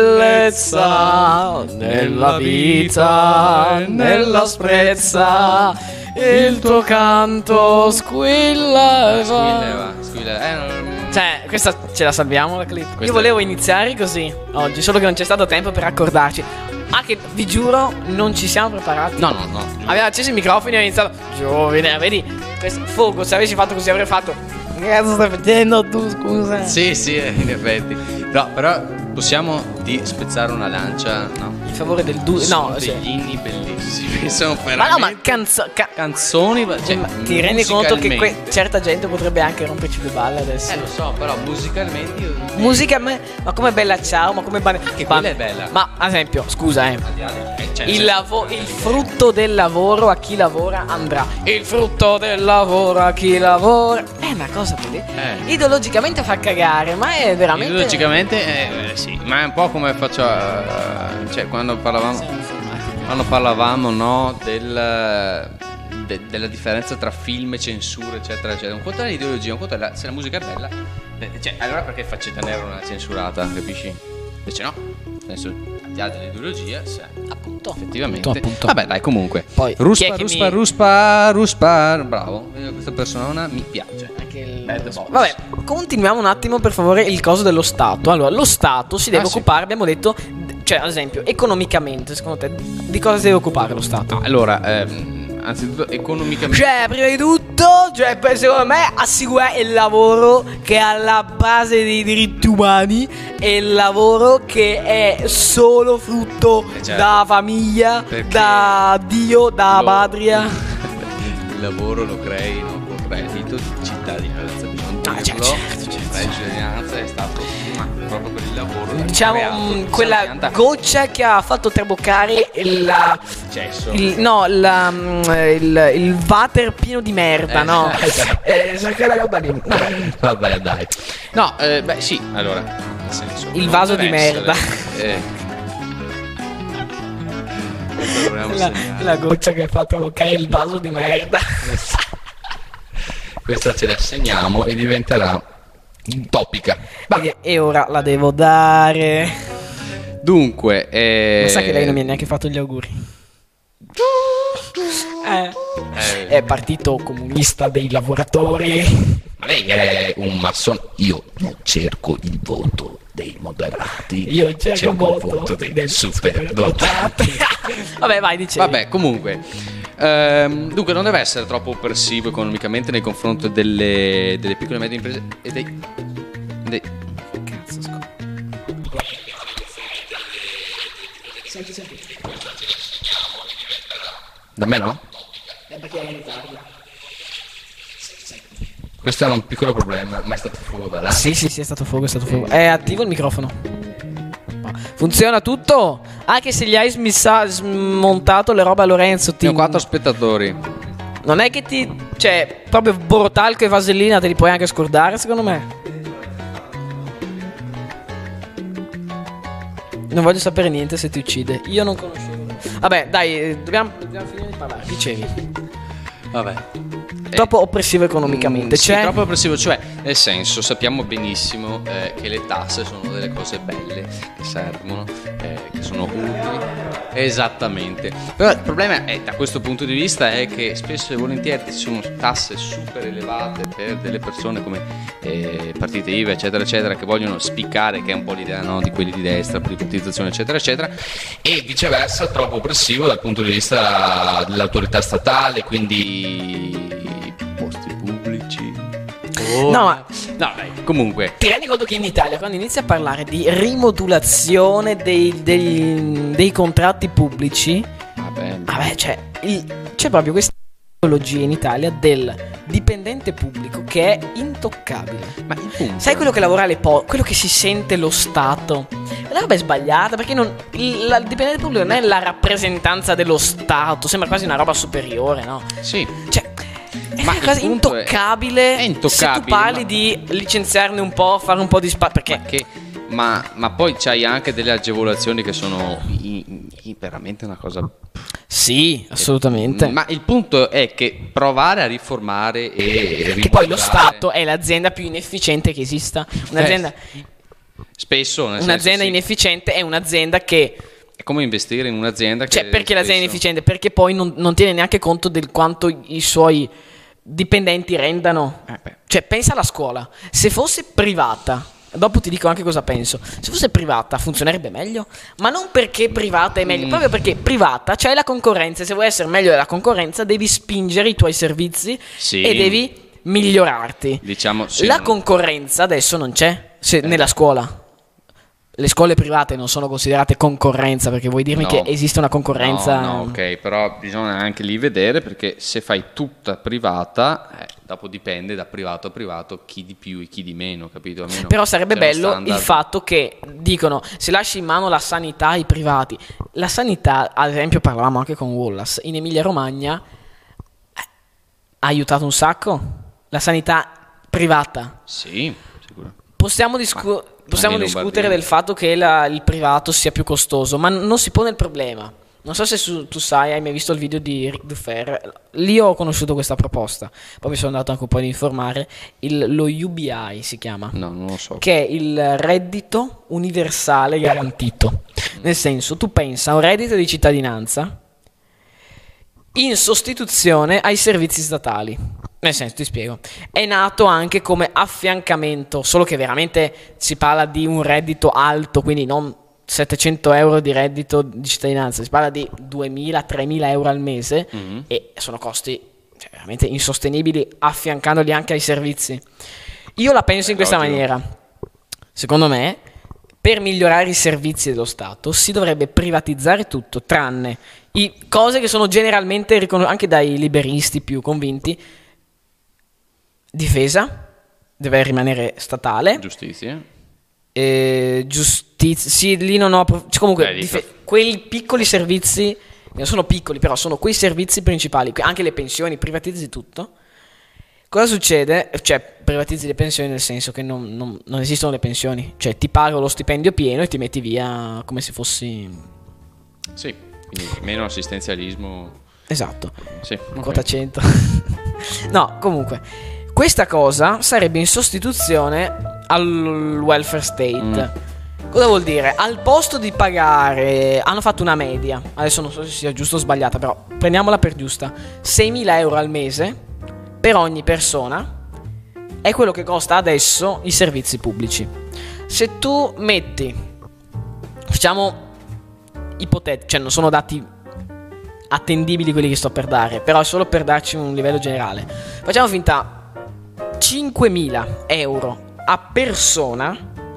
Speaker 1: bellezza, nella vita, nella sprezza, il tuo canto squilla e va. Cioè, questa ce la salviamo la clip. Io volevo iniziare così oggi, solo che non c'è stato tempo per accordarci. Ah, che vi giuro, non ci siamo preparati.
Speaker 2: No.
Speaker 1: Abbiamo acceso i microfoni e abbiamo iniziato. Giovine, vedi? Questo Fogo, se avessi fatto così avrei fatto. Che cazzo stai facendo tu, scusa?
Speaker 2: Sì, in effetti. No, però possiamo spezzare una lancia, no?
Speaker 1: In favore del no,
Speaker 2: degli inni bellissimi. Sono
Speaker 1: veramente. Ma no, ma
Speaker 2: canzoni. Cioè,
Speaker 1: ma ti rendi conto che certa gente potrebbe anche romperci le balle adesso?
Speaker 2: Lo so, però musicalmente.
Speaker 1: Ma come Bella Ciao, ma come
Speaker 2: Che quella è bella.
Speaker 1: Ma ad esempio, scusa, il frutto del lavoro a chi lavora andrà. Il frutto del lavoro a chi lavora. È una cosa così. Ideologicamente fa cagare, ma è veramente.
Speaker 2: Ideologicamente sì, ma è un po' come faccio. Cioè, quando parlavamo, no,
Speaker 5: della differenza tra film e censura, eccetera, eccetera. Un conto è l'ideologia, un conto è se la musica è bella, cioè, allora perché faccio tenere una censurata, capisci? Invece no, nel senso, al di là dell'ideologia, se appunto effettivamente
Speaker 1: appunto.
Speaker 5: Vabbè, dai, comunque
Speaker 1: Poi,
Speaker 5: Ruspar, bravo, questa persona mi piace.
Speaker 1: Anche il...
Speaker 5: Bad Boys.
Speaker 1: Vabbè, continuiamo un attimo per favore il coso dello Stato. Allora, lo Stato si deve occupare, abbiamo detto, cioè ad esempio, economicamente, secondo te, di cosa si deve occupare lo Stato?
Speaker 5: Allora, anzitutto economicamente,
Speaker 1: Cioè, prima di tutto, cioè, secondo me, assicurare il lavoro che è alla base dei diritti umani e il lavoro che è solo frutto
Speaker 5: certo.
Speaker 1: da famiglia,
Speaker 5: Perché
Speaker 1: da Dio, da patria.
Speaker 5: il lavoro lo crei con reddito di cittadinanza, bisogna dirlo.
Speaker 1: certo.
Speaker 5: La cittadinanza è stato proprio per il lavoro.
Speaker 1: Diciamo quella goccia che ha fatto traboccare il water pieno di merda, no? Quella roba lì.
Speaker 5: Vabbè, dai. No, beh, sì, allora, nel senso,
Speaker 1: Il vaso di merda. La goccia che fa traboccare il vaso di merda.
Speaker 5: Questa ce la segniamo e diventerà topica.
Speaker 1: E ora la devo dare.
Speaker 5: Dunque,
Speaker 1: Ma sa che lei non mi ha neanche fatto gli auguri. È partito comunista dei lavoratori.
Speaker 5: lei è un massone. Io non cerco il voto dei moderati.
Speaker 1: Io cerco il voto
Speaker 5: dei superdotati.
Speaker 1: Vabbè, vai, dicevi.
Speaker 5: Vabbè, comunque. Dunque non deve essere troppo oppressivo economicamente nei confronti delle piccole e medie imprese e dei
Speaker 1: Cazzo, Senti.
Speaker 5: Da me no?
Speaker 1: Perché è in ritardo.
Speaker 5: Questo era un piccolo problema, ma è stato fuoco da là.
Speaker 1: Sì, è stato fuoco, È attivo il microfono. Funziona tutto? Anche se gli hai smontato le robe a Lorenzo.
Speaker 5: Ho 4 spettatori.
Speaker 1: Non è che ti... Cioè, proprio Borotalco e Vasellina te li puoi anche scordare, secondo me. Non voglio sapere niente se ti uccide. Io non conoscevo. Vabbè, dai, dobbiamo finire di parlare. Dicevi.
Speaker 5: Vabbè.
Speaker 1: Troppo oppressivo economicamente.
Speaker 5: Sì, troppo oppressivo, cioè, nel senso, sappiamo benissimo che le tasse sono delle cose belle, che servono, che sono utili. Esattamente. Però il problema è, da questo punto di vista, è che spesso e volentieri ci sono tasse super elevate per delle persone come partite IVA, eccetera, eccetera, che vogliono spiccare, che è un po' l'idea, no, di quelli di destra, privatizzazione, eccetera, eccetera, e viceversa troppo oppressivo dal punto di vista dell'autorità statale, quindi posti pubblici.
Speaker 1: No,
Speaker 5: dai, comunque.
Speaker 1: Ti rendi conto che in Italia, quando inizia a parlare di rimodulazione dei contratti pubblici, vabbè, cioè, c'è proprio questa ideologia in Italia del dipendente pubblico che è intoccabile.
Speaker 5: Ma il punto,
Speaker 1: sai quello che lavora alle quello che si sente lo Stato? La roba è sbagliata, perché il dipendente pubblico non è la rappresentanza dello Stato, sembra quasi una roba superiore, no?
Speaker 5: Sì.
Speaker 1: Cioè, ma è quasi intoccabile.
Speaker 5: È intoccabile.
Speaker 1: Se tu parli di licenziarne un po', fare un po' di perché
Speaker 5: ma poi c'hai anche delle agevolazioni che sono veramente una cosa.
Speaker 1: Sì, assolutamente.
Speaker 5: Ma il punto è che provare a riformare e
Speaker 1: che poi lo Stato è l'azienda più inefficiente che esista. Un'azienda
Speaker 5: spesso
Speaker 1: un'azienda inefficiente è un'azienda che
Speaker 5: è come investire in un'azienda che,
Speaker 1: cioè, perché l'azienda è inefficiente? Perché poi non tiene neanche conto del quanto i suoi dipendenti rendano. Cioè, pensa alla scuola. Se fosse privata, dopo ti dico anche cosa penso. Se fosse privata funzionerebbe meglio. Ma non perché privata è meglio, proprio perché privata c'è la concorrenza. E se vuoi essere meglio della concorrenza devi spingere i tuoi servizi e devi migliorarti.
Speaker 5: Diciamo, sì,
Speaker 1: la concorrenza adesso non c'è nella scuola. Le scuole private non sono considerate concorrenza, perché vuoi dirmi che esiste una concorrenza?
Speaker 5: No, ok, però bisogna anche lì vedere, perché se fai tutta privata, dopo dipende da privato a privato chi di più e chi di meno, capito? Almeno
Speaker 1: però sarebbe bello il fatto che dicono se lasci in mano la sanità ai privati. La sanità, ad esempio, parlavamo anche con Wallace, in Emilia Romagna ha aiutato un sacco la sanità privata.
Speaker 5: Sì, sicuro.
Speaker 1: Possiamo discutere del fatto che il privato sia più costoso, ma non si pone il problema. Non so se tu sai, hai mai visto il video di Ric Dufer. Lì ho conosciuto questa proposta. Poi mi sono andato anche un po' ad informare. Lo UBI si chiama.
Speaker 5: No, non lo so.
Speaker 1: Che è il reddito universale garantito. Nel senso, tu pensa a un reddito di cittadinanza in sostituzione ai servizi statali. Nel senso, ti spiego. È nato anche come affiancamento, solo che veramente si parla di un reddito alto, quindi non 700 euro di reddito di cittadinanza, si parla di 2.000-3.000 euro al mese, e sono costi veramente insostenibili, affiancandoli anche ai servizi. Io la penso in questa maniera. Secondo me, per migliorare i servizi dello Stato si dovrebbe privatizzare tutto, tranne cose che sono generalmente riconosciute anche dai liberisti più convinti. Difesa deve rimanere statale.
Speaker 5: Giustizia.
Speaker 1: Giustizia, sì, lì non ho comunque quei piccoli servizi, non sono piccoli, però sono quei servizi principali, anche le pensioni, privatizzi tutto. Cosa succede? Cioè, privatizzi le pensioni nel senso che non esistono le pensioni, cioè ti pago lo stipendio pieno e ti metti via come se fossi...
Speaker 5: Sì, quindi meno assistenzialismo.
Speaker 1: Esatto.
Speaker 5: Sì,
Speaker 1: quota 100. No, comunque questa cosa sarebbe in sostituzione al welfare state. Cosa vuol dire? Al posto di pagare, hanno fatto una media, adesso non so se sia giusto o sbagliata, però prendiamola per giusta, 6.000 euro al mese per ogni persona è quello che costa adesso i servizi pubblici. Se tu metti, facciamo ipotetico, cioè non sono dati attendibili quelli che sto per dare, però è solo per darci un livello generale, facciamo finta 5.000 euro a persona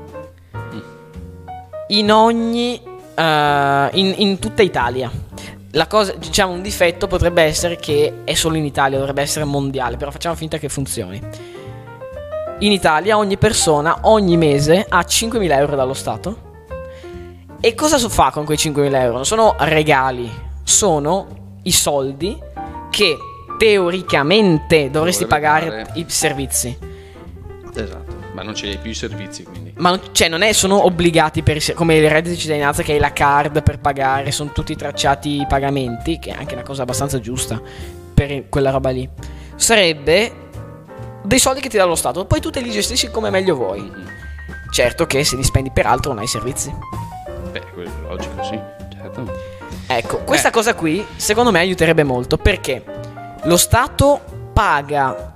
Speaker 1: in ogni in tutta Italia. La cosa, diciamo, un difetto potrebbe essere che è solo in Italia, dovrebbe essere mondiale, però facciamo finta che funzioni. In Italia ogni persona ogni mese ha 5.000 euro dallo Stato. E cosa fa con quei 5.000 euro? Non sono regali, sono i soldi che teoricamente dovresti pagare i servizi.
Speaker 5: Esatto, ma non ce li hai più i servizi, quindi.
Speaker 1: Ma non sono obbligati come il reddito di cittadinanza, che hai la card per pagare, sono tutti tracciati i pagamenti, che è anche una cosa abbastanza giusta per quella roba lì. Sarebbe dei soldi che ti dà lo Stato, poi tu te li gestisci come meglio vuoi. Certo che se li spendi per altro non hai servizi.
Speaker 5: Beh, quello è logico, sì, certo.
Speaker 1: Ecco, questa cosa qui secondo me aiuterebbe molto, perché lo Stato paga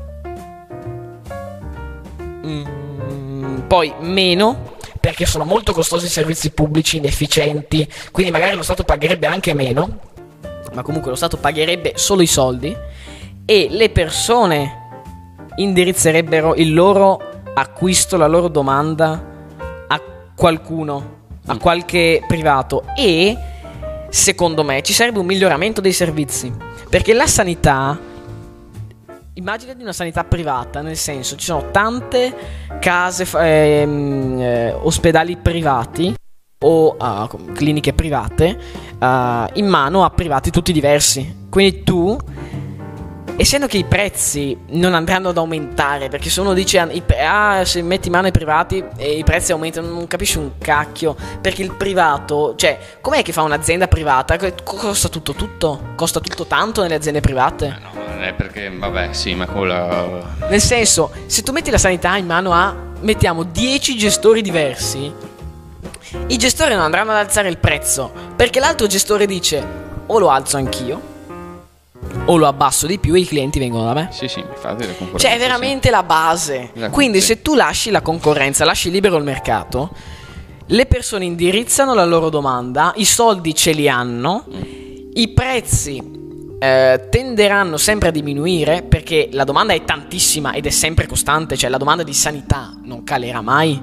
Speaker 1: poi meno, perché sono molto costosi i servizi pubblici, inefficienti, quindi magari lo Stato pagherebbe anche meno, ma comunque lo Stato pagherebbe solo i soldi e le persone indirizzerebbero il loro acquisto, la loro domanda a qualcuno, a qualche privato, e secondo me ci sarebbe un miglioramento dei servizi, perché la sanità, immagina di una sanità privata, nel senso ci sono tante case, ospedali privati o cliniche private in mano a privati tutti diversi, quindi tu, essendo che i prezzi non andranno ad aumentare, perché se uno dice se metti in mano ai privati e i prezzi aumentano, non capisci un cacchio, perché il privato, cioè, com'è che fa un'azienda privata? Costa tutto costa tutto tanto nelle aziende private?
Speaker 5: No, non è perché, vabbè, sì, ma con la...
Speaker 1: Nel senso, se tu metti la sanità in mano a, mettiamo, 10 gestori diversi, i gestori non andranno ad alzare il prezzo, perché l'altro gestore dice o lo alzo anch'io o lo abbasso di più e i clienti vengono da me.
Speaker 5: Sì, infatti la concorrenza,
Speaker 1: cioè è veramente la base. Quindi se tu lasci la concorrenza, lasci libero il mercato, le persone indirizzano la loro domanda, i soldi ce li hanno, i prezzi tenderanno sempre a diminuire, perché la domanda è tantissima ed è sempre costante, cioè la domanda di sanità non calerà mai.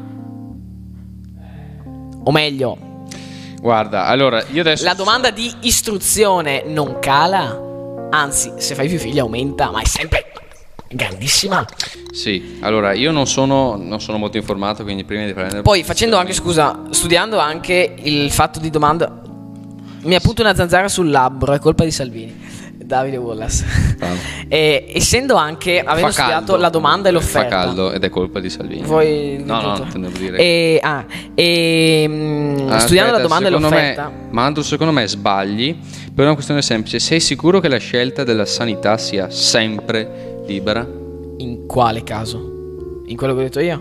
Speaker 1: O meglio,
Speaker 5: guarda, allora io adesso
Speaker 1: la domanda di istruzione non cala, anzi, se fai più figli aumenta, ma è sempre grandissima.
Speaker 5: Sì, allora io non sono molto informato, quindi prima di prendere...
Speaker 1: Poi facendo anche, studiando anche il fatto di domanda, mi appunto una zanzara sul labbro, è colpa di Salvini. Davide Wallace. Essendo anche, avendo studiato la domanda e l'offerta.
Speaker 5: Fa caldo ed è colpa di Salvini.
Speaker 1: Vuoi
Speaker 5: no, te ne devo dire.
Speaker 1: Studiando la domanda e l'offerta.
Speaker 5: Mandro, secondo me sbagli per una questione semplice. Sei sicuro che la scelta della sanità sia sempre libera?
Speaker 1: In quale caso? In quello che ho detto io?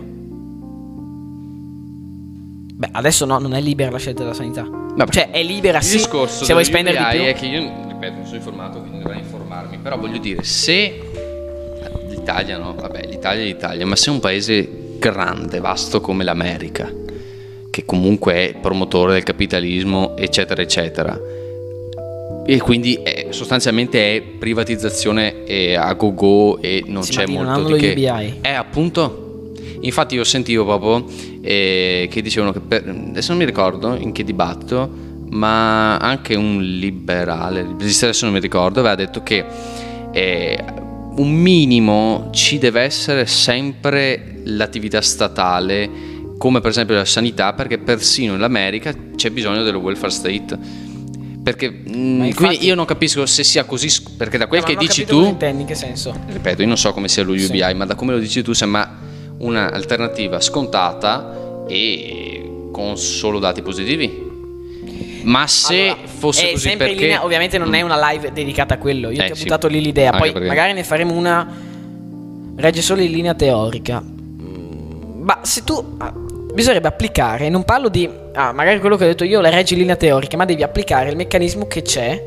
Speaker 1: Beh, adesso no, non è libera la scelta della sanità.
Speaker 5: Vabbè.
Speaker 1: Cioè è libera sì, se vuoi spendere di più.
Speaker 5: È che io, ripeto, non sono informato, quindi dovrei informarmi. Però voglio dire, se l'Italia, no? Vabbè, l'Italia è l'Italia, ma se un paese grande, vasto come l'America, che comunque è promotore del capitalismo, eccetera, eccetera, e quindi sostanzialmente è privatizzazione a go-go e non c'è molto di che.
Speaker 1: UBI.
Speaker 5: Appunto. Infatti io sentivo proprio che dicevano che adesso non mi ricordo in che dibattito, ma anche un liberale, adesso non mi ricordo, aveva detto che un minimo ci deve essere sempre l'attività statale, come per esempio la sanità, perché persino in America c'è bisogno dello welfare state. Perché quindi io non capisco se sia così, perché da quel che dici tu,
Speaker 1: intendi, in che senso?
Speaker 5: Ripeto, io non so come sia lo UBI, ma da come lo dici tu sembra un'alternativa scontata e con solo dati positivi. Ma se fosse così,
Speaker 1: sempre
Speaker 5: perché
Speaker 1: in linea, ovviamente non è una live dedicata a quello. Io ti ho buttato lì l'idea. Poi magari ne faremo una. Regge solo in linea teorica. Ma se tu bisognerebbe applicare, non parlo di magari quello che ho detto io, la regge in linea teorica, ma devi applicare il meccanismo che c'è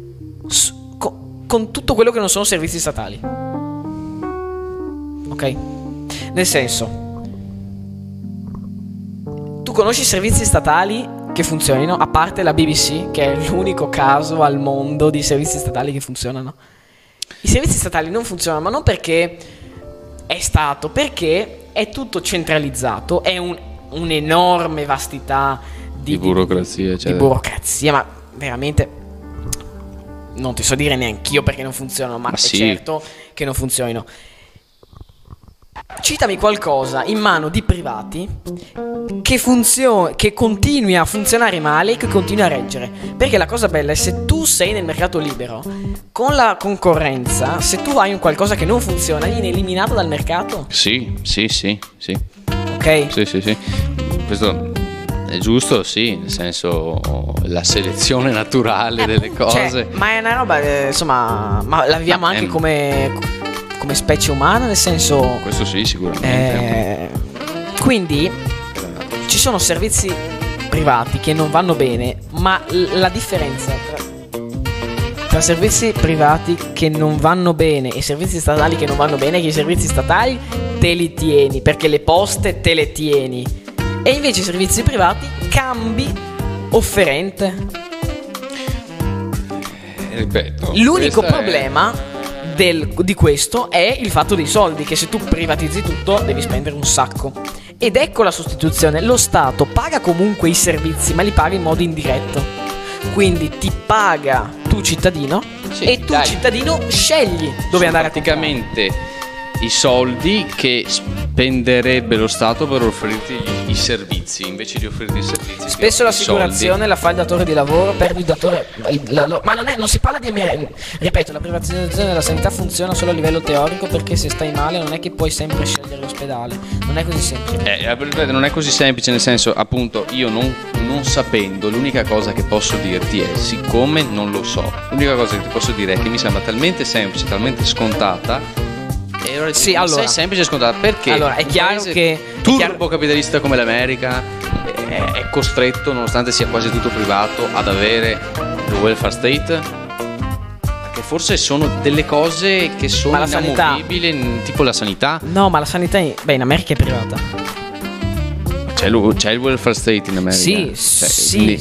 Speaker 1: con tutto quello che non sono servizi statali. Ok? Nel senso, tu conosci servizi statali che funzionino, a parte la BBC, che è l'unico caso al mondo di servizi statali che funzionano. I servizi statali non funzionano, ma non perché è stato, perché è tutto centralizzato, è un'enorme vastità di
Speaker 5: burocrazia, eccetera.
Speaker 1: Di burocrazia, ma veramente non ti so dire neanch'io perché non funzionano, ma è certo che non funzionino. Citami qualcosa in mano di privati che continui a funzionare male e che continui a reggere. Perché la cosa bella è, se tu sei nel mercato libero, con la concorrenza, se tu hai un qualcosa che non funziona, vieni eliminato dal mercato.
Speaker 5: Sì.
Speaker 1: Ok?
Speaker 5: Sì. Questo è giusto, sì, nel senso, la selezione naturale delle cose.
Speaker 1: Cioè, ma è una roba, insomma, ma la viviamo anche come specie umana, nel senso.
Speaker 5: Questo sì, sicuramente.
Speaker 1: Quindi ci sono servizi privati che non vanno bene, ma la differenza tra servizi privati che non vanno bene e servizi statali che non vanno bene è che i servizi statali te li tieni, perché le poste te le tieni, e invece i servizi privati cambi offerente.
Speaker 5: Ripeto,
Speaker 1: l'unico problema di questo è il fatto dei soldi, che se tu privatizzi tutto devi spendere un sacco. Ed ecco la sostituzione: lo Stato paga comunque i servizi, ma li paga in modo indiretto. Quindi ti paga tu cittadino, e tu cittadino scegli dove andare a comprare.
Speaker 5: Praticamente i soldi che spenderebbe lo Stato per offrirti i servizi, invece di offrirti i servizi.
Speaker 1: Spesso l'assicurazione la fa il datore di lavoro per il datore. Ma non si parla di. Ripeto, la privatizzazione della sanità funziona solo a livello teorico, perché se stai male non è che puoi sempre scegliere l'ospedale. Non è così semplice.
Speaker 5: Non è così semplice, nel senso, appunto, io non sapendo, l'unica cosa che posso dirti è, siccome non lo so, l'unica cosa che ti posso dire è che mi sembra talmente semplice, talmente scontata.
Speaker 1: Sì, allora,
Speaker 5: è semplice e scontata, perché
Speaker 1: allora è chiaro che
Speaker 5: turbo capitalista come l'America è costretto, nonostante sia quasi tutto privato, ad avere il welfare state, perché forse sono delle cose che sono inamovibili, tipo la sanità.
Speaker 1: No, ma la sanità in America è privata.
Speaker 5: C'è il welfare state in America?
Speaker 1: Sì.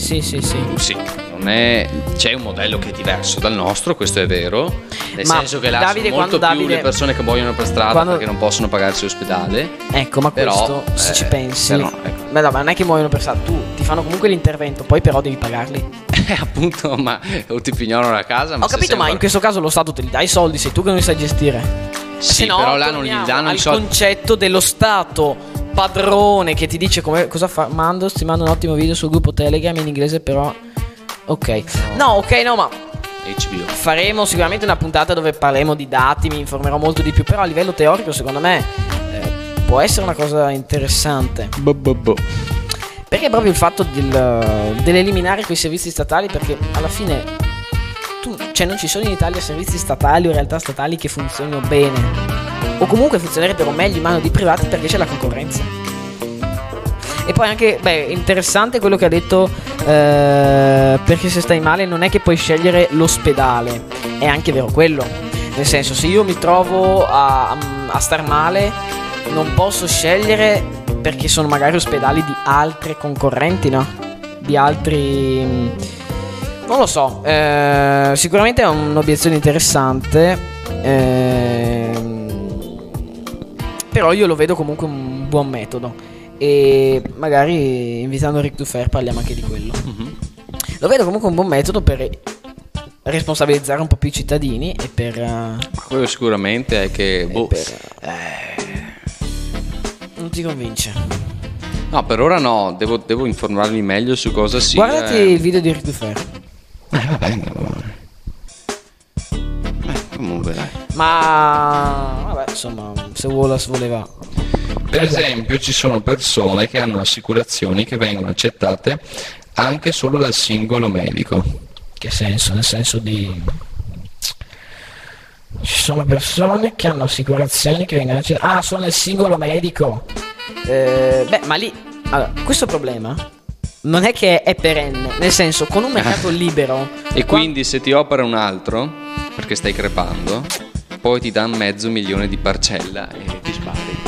Speaker 5: C'è un modello che è diverso dal nostro, questo è vero, nel senso che là sono molto più le persone che muoiono per strada perché non possono pagarsi l'ospedale.
Speaker 1: Ecco, ma questo, se ci pensi, beh, no, ma non è che muoiono per strada, tu ti fanno comunque l'intervento, poi però devi pagarli.
Speaker 5: Appunto, ma o ti pignorano la casa.
Speaker 1: Ho capito, ma in questo caso lo Stato te li dà i soldi, sei tu che non li sai gestire.
Speaker 5: Sì, no, però là non gli danno i soldi.
Speaker 1: Il concetto dello Stato padrone che ti dice cosa fa. Ti mando un ottimo video sul gruppo Telegram in inglese, però. Ok. No, ma
Speaker 5: HBO.
Speaker 1: Faremo sicuramente una puntata dove parleremo di dati, mi informerò molto di più, però a livello teorico secondo me può essere una cosa interessante. Perché proprio il fatto dell'eliminare quei servizi statali, perché alla fine cioè non ci sono in Italia servizi statali o realtà statali che funzionino bene, o comunque funzionerebbero meglio in mano di privati perché c'è la concorrenza. E poi anche, interessante quello che ha detto, perché se stai male non è che puoi scegliere l'ospedale. È anche vero quello. Nel senso, se io mi trovo a star male, non posso scegliere perché sono magari ospedali di altre concorrenti, no? Di altri... non lo so. Sicuramente è un'obiezione interessante. Però io lo vedo comunque un buon metodo. E magari invitando Ric Dufer parliamo anche di quello. Lo vedo comunque un buon metodo per responsabilizzare un po' più i cittadini e per
Speaker 5: quello sicuramente è che
Speaker 1: non ti convince?
Speaker 5: No, per ora no, devo informarmi meglio su cosa sia.
Speaker 1: Guardati il video di Ric Dufer.
Speaker 5: Vabbè, comunque dai.
Speaker 1: Ma vabbè, insomma, se voleva.
Speaker 2: Per esempio, ci sono persone che hanno assicurazioni che vengono accettate anche solo dal singolo medico.
Speaker 4: Che senso? Nel senso di... ci sono persone che hanno assicurazioni che vengono accettate... solo dal singolo medico.
Speaker 1: Ma lì... Allora, questo problema non è che è perenne. Nel senso, con un mercato libero...
Speaker 5: E quindi se ti opera un altro, perché stai crepando, poi ti dà $500,000 di parcella e ti spari.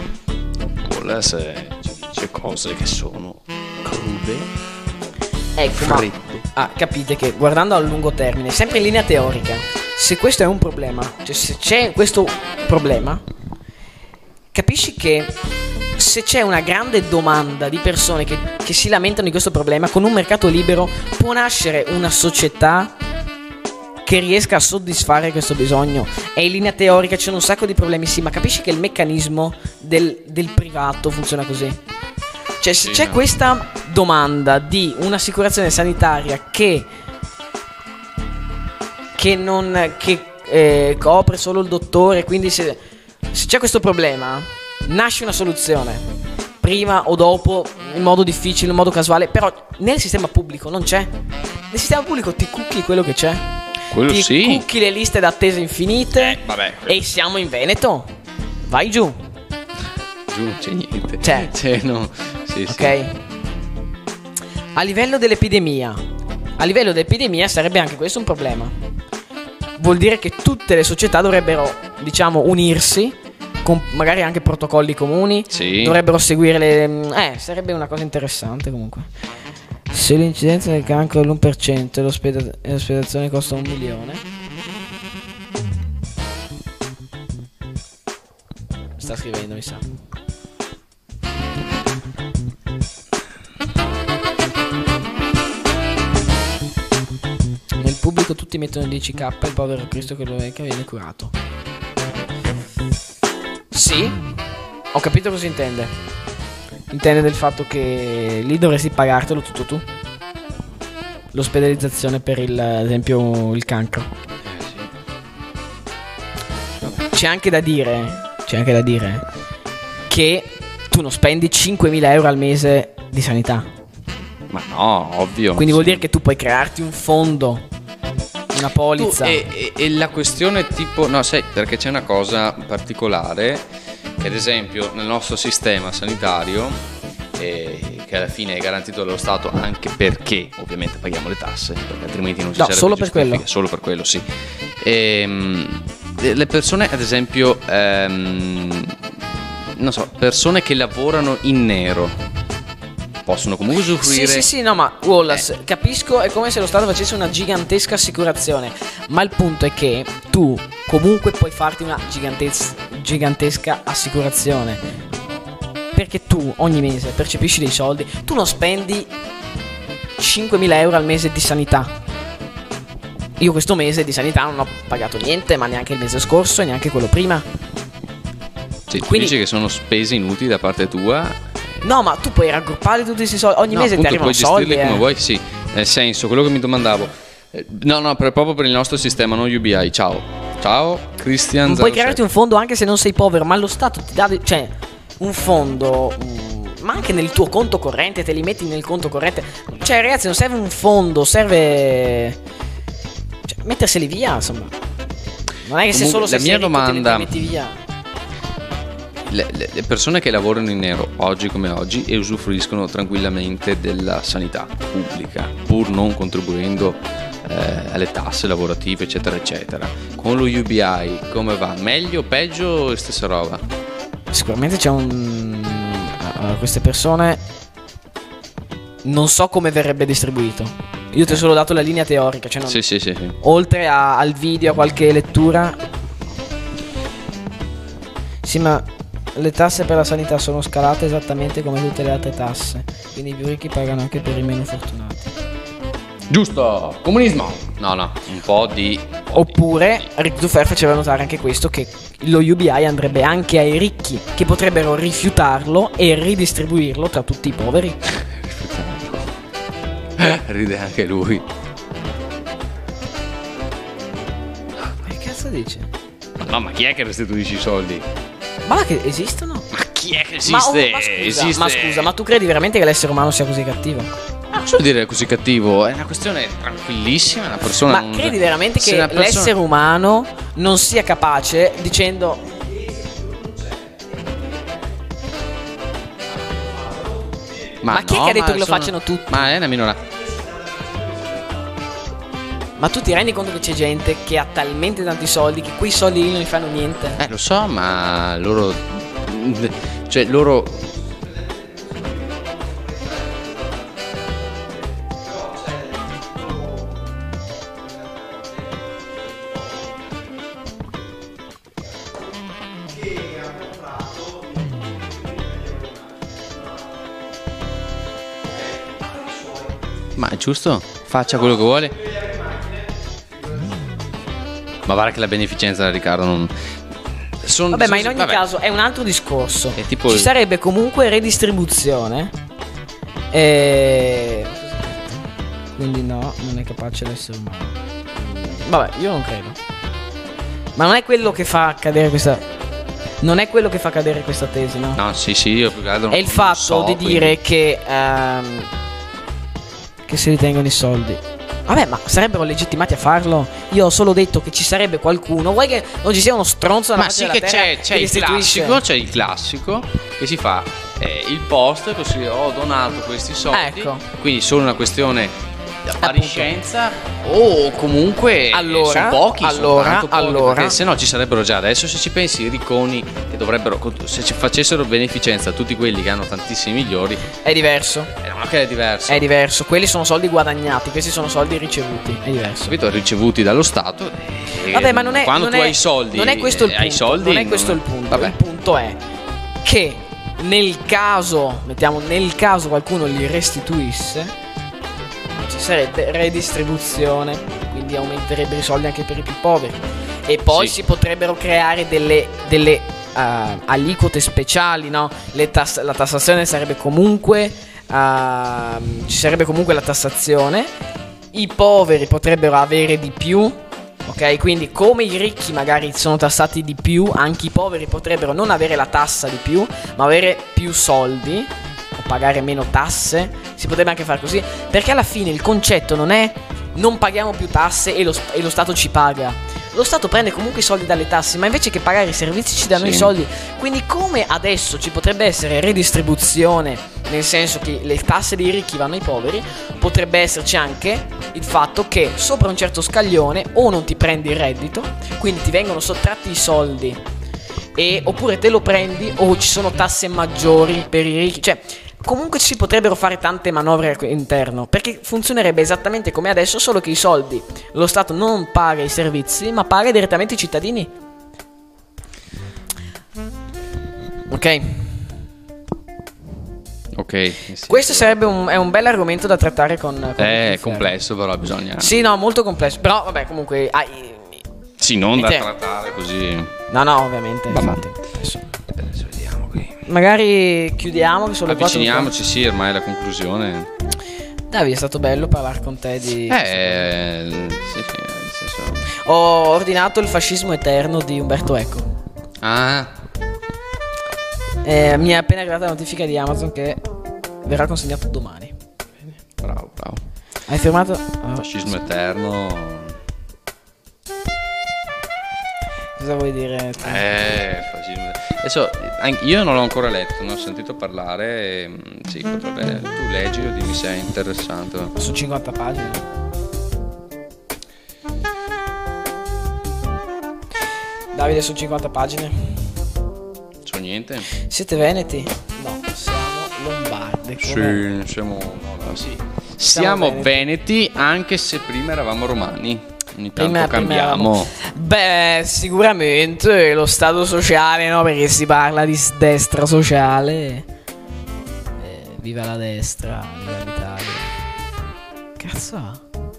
Speaker 5: Se ci dice cose che sono crude,
Speaker 1: ecco, ma capite che guardando a lungo termine, sempre in linea teorica, se questo è un problema, cioè se c'è questo problema, capisci che se c'è una grande domanda di persone che si lamentano di questo problema, con un mercato libero può nascere una società che riesca a soddisfare questo bisogno. È in linea teorica, c'è un sacco di problemi, sì, ma capisci che il meccanismo del privato funziona così? Cioè, se c'è questa domanda di un'assicurazione sanitaria che copre solo il dottore, quindi se c'è questo problema, nasce una soluzione, prima o dopo, in modo difficile, in modo casuale, però nel sistema pubblico non c'è. Nel sistema pubblico ti cucchi quello che c'è.
Speaker 5: Quello
Speaker 1: ti
Speaker 5: sì.
Speaker 1: cucchi le liste d'attesa infinite. E siamo in Veneto. Vai giù.
Speaker 5: Giù non c'è niente.
Speaker 1: C'è.
Speaker 5: No. Sì,
Speaker 1: ok.
Speaker 5: Sì.
Speaker 1: A livello dell'epidemia sarebbe anche questo un problema. Vuol dire che tutte le società dovrebbero, diciamo, unirsi con magari anche protocolli comuni.
Speaker 5: Sì.
Speaker 1: Dovrebbero seguire le... sarebbe una cosa interessante comunque. Se l'incidenza del cancro è l'1% e l'ospedalizazione costa $1 milione. Sta scrivendo, mi sa. Nel pubblico tutti mettono 10k, il povero Cristo che lo becca viene curato. Sì, ho capito cosa intende. Intende del fatto che lì dovresti pagartelo tutto tu. L'ospedalizzazione per ad esempio il cancro. C'è anche da dire che tu non spendi 5.000 euro al mese di sanità.
Speaker 5: Ma no, ovvio.
Speaker 1: Quindi vuol dire che tu puoi crearti un fondo, una polizza.
Speaker 5: E la questione tipo... No, sai, perché c'è una cosa particolare che ad esempio nel nostro sistema sanitario, che alla fine è garantito dallo Stato, anche perché ovviamente paghiamo le tasse, perché altrimenti non ci sarebbe
Speaker 1: solo per quello.
Speaker 5: Solo per quello, sì. Le persone ad esempio non so, persone che lavorano in nero possono comunque usufruire.
Speaker 1: Sì, no, ma Wallace, capisco, è come se lo Stato facesse una gigantesca assicurazione, ma il punto è che tu comunque puoi farti una gigantesca assicurazione, perché tu ogni mese percepisci dei soldi. Tu non spendi 5.000 euro al mese di sanità. Io questo mese di sanità non ho pagato niente, ma neanche il mese scorso e neanche quello prima.
Speaker 5: Sì, tu dici che sono spese inutili da parte tua.
Speaker 1: No, ma tu puoi raggruppare tutti questi soldi. Ogni mese ti arrivano soldi.
Speaker 5: Puoi gestirli come vuoi, sì. Nel senso, quello che mi domandavo, No, proprio per il nostro sistema, non UBI. Ciao, Christian.
Speaker 1: Non puoi crearti un fondo anche se non sei povero, ma lo Stato ti dà, cioè, un fondo, ma anche nel tuo conto corrente, te li metti nel conto corrente. Cioè, ragazzi, non serve un fondo, serve, cioè, metterseli via, insomma. Non è che se solo
Speaker 5: la mia domanda,
Speaker 1: te li metti via.
Speaker 5: Le persone che lavorano in nero oggi come oggi e usufruiscono tranquillamente della sanità pubblica, pur non contribuendo alle tasse lavorative, eccetera, eccetera, con lo UBI come va? Meglio, peggio, stessa roba?
Speaker 1: Sicuramente c'è queste persone, non so come verrebbe distribuito. Io ti ho solo dato la linea teorica, cioè non,
Speaker 5: sì.
Speaker 1: oltre al video, a qualche lettura. Sì, ma le tasse per la sanità sono scalate esattamente come tutte le altre tasse, quindi i più ricchi pagano anche per i meno fortunati.
Speaker 5: Giusto, comunismo. No, un po' di.
Speaker 1: Oppure Ric Dufer faceva notare anche questo, che lo UBI andrebbe anche ai ricchi, che potrebbero rifiutarlo e ridistribuirlo tra tutti i poveri.
Speaker 5: Ride anche lui.
Speaker 1: Che cazzo dice?
Speaker 5: Ma chi è che restituisce i soldi?
Speaker 1: Ma che esistono?
Speaker 5: Ma chi è che esiste?
Speaker 1: Ma scusa, ma tu credi veramente che l'essere umano sia così cattivo?
Speaker 5: Non so dire così cattivo, è una questione tranquillissima, una persona.
Speaker 1: Ma credi veramente che l'essere umano non sia capace dicendo Ma chi è che ha detto che lo facciano tutti?
Speaker 5: Ma è una minoranza.
Speaker 1: Ma tu ti rendi conto che c'è gente che ha talmente tanti soldi che quei soldi lì non gli fanno niente?
Speaker 5: Lo so, ma loro. Cioè loro. Ma è giusto? Faccia quello che vuole. Ma guarda che la beneficenza, Riccardo, non.
Speaker 1: Vabbè, ma in ogni caso è un altro discorso.
Speaker 5: È tipo
Speaker 1: ci sarebbe comunque redistribuzione. Quindi no, non è capace l'essere umano. Vabbè, io non credo. Ma non è quello che fa cadere questa. Non è quello che fa cadere questa tesi, no?
Speaker 5: No, sì, io più che altro
Speaker 1: è il fatto di dire che si ritengono i soldi. Vabbè, ma sarebbero legittimati a farlo? Io ho solo detto che ci sarebbe qualcuno. Vuoi che non ci sia uno stronzo alla
Speaker 5: faccia della terra? C'è il classico che si fa il post, così ho donato questi soldi. Ecco. Quindi solo una questione di appariscenza o comunque sono pochi, perché se no ci sarebbero già adesso, se ci pensi, i ricconi che dovrebbero, se ci facessero beneficenza tutti quelli che hanno tantissimi migliori.
Speaker 1: È diverso.
Speaker 5: Ma che è diverso?
Speaker 1: È diverso, quelli sono soldi guadagnati, questi sono soldi ricevuti, è diverso.
Speaker 5: Capito? Ricevuti dallo Stato.
Speaker 1: Vabbè, ma non è
Speaker 5: quando tu hai i soldi,
Speaker 1: non è questo il punto.
Speaker 5: Hai soldi,
Speaker 1: non è questo il punto. Vabbè. Il punto è che nel caso qualcuno li restituisse, ci sarebbe redistribuzione, quindi aumenterebbero i soldi anche per i più poveri. E poi si potrebbero creare delle aliquote speciali, no? La tassazione sarebbe comunque ci sarebbe comunque la tassazione. I poveri potrebbero avere di più, ok? Quindi come i ricchi magari sono tassati di più, anche i poveri potrebbero non avere la tassa di più, ma avere più soldi o pagare meno tasse. Si potrebbe anche fare così, perché alla fine il concetto non è non paghiamo più tasse e lo Stato ci paga. Lo Stato prende comunque i soldi dalle tasse, ma invece che pagare i servizi ci danno i soldi. Quindi come adesso ci potrebbe essere redistribuzione, nel senso che le tasse dei ricchi vanno ai poveri, potrebbe esserci anche il fatto che sopra un certo scaglione o non ti prendi il reddito, quindi ti vengono sottratti i soldi, oppure te lo prendi o ci sono tasse maggiori per i ricchi. Cioè comunque si potrebbero fare tante manovre all'interno, perché funzionerebbe esattamente come adesso, solo che i soldi lo Stato non paga i servizi, ma paga direttamente i cittadini. Ok. Questo sarebbe un bel argomento da trattare con
Speaker 5: è complesso, però bisogna.
Speaker 1: Sì, no, molto complesso. Però vabbè, comunque
Speaker 5: sì, non da trattare così.
Speaker 1: No, ovviamente. Infatti. Adesso vediamo qui. Magari chiudiamo, che sono le 4.
Speaker 5: Avviciniamoci, sì, ormai è la conclusione.
Speaker 1: Davide, è stato bello parlare con te di...
Speaker 5: Sì, nel senso...
Speaker 1: Ho ordinato Il fascismo eterno di Umberto Eco.
Speaker 5: Ah,
Speaker 1: Mi è appena arrivata la notifica di Amazon che verrà consegnato domani.
Speaker 5: bravo.
Speaker 1: Hai firmato?
Speaker 5: Fascismo eterno.
Speaker 1: Cosa vuoi dire?
Speaker 5: Fascismo. Adesso io non l'ho ancora letto, ne ho sentito parlare. Sì, potrebbe. Tu leggilo, dimmi se è interessante.
Speaker 1: Su 50 pagine. Davide, su 50 pagine.
Speaker 5: So niente?
Speaker 1: Siete veneti? No, siamo lombardi.
Speaker 5: Sì, siamo veneti, anche se prima eravamo romani. Ogni tanto cambiamo.
Speaker 1: Beh, sicuramente lo stato sociale, no? Perché si parla di destra sociale. Viva la destra, viva l'Italia. Cazzo ha?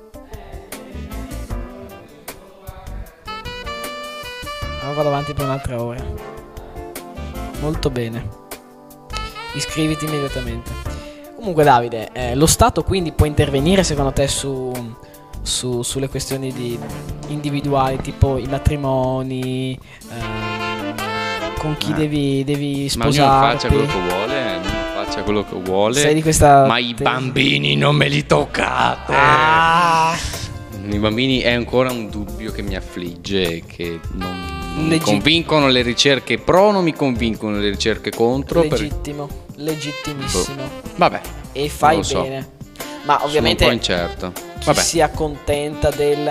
Speaker 1: Vado avanti per un'altra ora. Molto bene. Iscriviti immediatamente. Comunque Davide, lo Stato quindi può intervenire secondo te sulle questioni individuali, tipo i matrimoni, con chi devi sposarti?
Speaker 5: Ma faccia quello che vuole,
Speaker 1: Sei di questa
Speaker 5: ma i bambini non me li toccate. I bambini è ancora un dubbio che mi affligge, che non mi convincono le ricerche pro, non mi convincono le ricerche contro.
Speaker 1: Legittimissimo.
Speaker 5: Vabbè.
Speaker 1: E fai bene. Ma ovviamente
Speaker 5: sono un po' incerto.
Speaker 1: Chi si accontenta del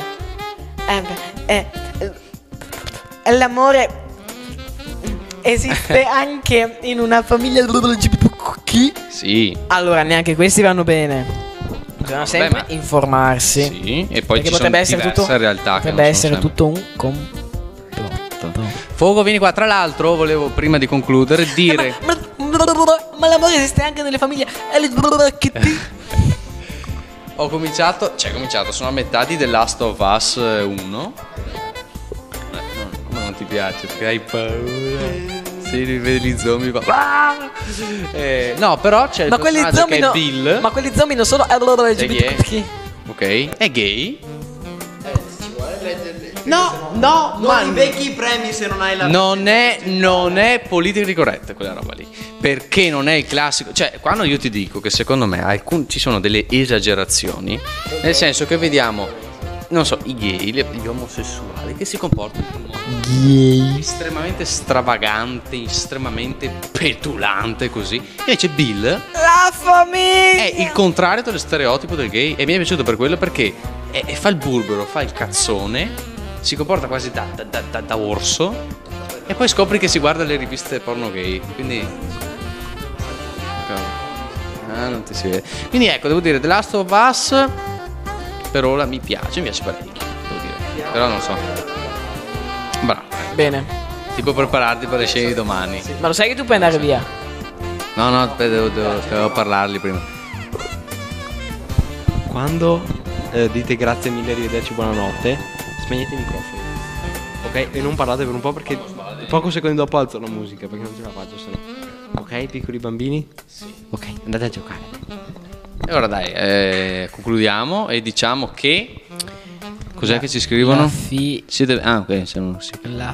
Speaker 1: l'amore esiste anche in una famiglia LGBTQ.
Speaker 5: Sì.
Speaker 1: Allora neanche questi vanno bene. Bisogna sempre informarsi.
Speaker 5: Sì. E poi
Speaker 1: perché
Speaker 5: ci sono diverse realtà che
Speaker 1: potrebbe essere tutto un complotto.
Speaker 5: Fogo, vieni qua. Tra l'altro volevo prima di concludere dire
Speaker 1: ma l'amore esiste anche nelle famiglie LGBT.
Speaker 5: Ho cominciato, sono a metà di The Last of Us 1. Come non ti piace? Perché hai paura? Sì, rivedi gli zombie. No, però c'è il personaggio che è Bill.
Speaker 1: Ma quelli zombie non sono LGBT.
Speaker 5: Ok, è gay.
Speaker 3: No, non i vecchi premi se non hai la...
Speaker 5: Non è politically correct quella roba lì. Perché non è il classico. Cioè, quando io ti dico che secondo me ci sono delle esagerazioni, nel senso che vediamo, non so, i gay, gli omosessuali che si comportano in un modo estremamente stravagante, estremamente petulante così. Invece Bill,
Speaker 1: la famiglia,
Speaker 5: è il contrario dello stereotipo del gay. E mi è piaciuto per quello, perché fa il burbero, fa il cazzone, si comporta quasi da orso, e poi scopri che si guarda le riviste porno gay. Quindi non ti si vede. Quindi ecco, devo dire, The Last of Us per ora mi piace parecchio, devo dire. Però non so. Bravo.
Speaker 1: Bene.
Speaker 5: Ti puoi prepararti per le scene di domani.
Speaker 1: Ma lo sai che tu puoi andare via?
Speaker 5: No, aspetta, devo parlarli prima.
Speaker 3: Quando dite grazie mille, arrivederci, buonanotte, spegnete i microfoni, ok? E non parlate per un po', perché poco secondi dopo alzo la musica, perché non ce la faccio sennò. Ok, piccoli bambini? Sì. Ok, andate a giocare.
Speaker 5: E ora dai, concludiamo e diciamo che... Cos'è che ci scrivono? Siete... Ah, ok, siamo...
Speaker 1: La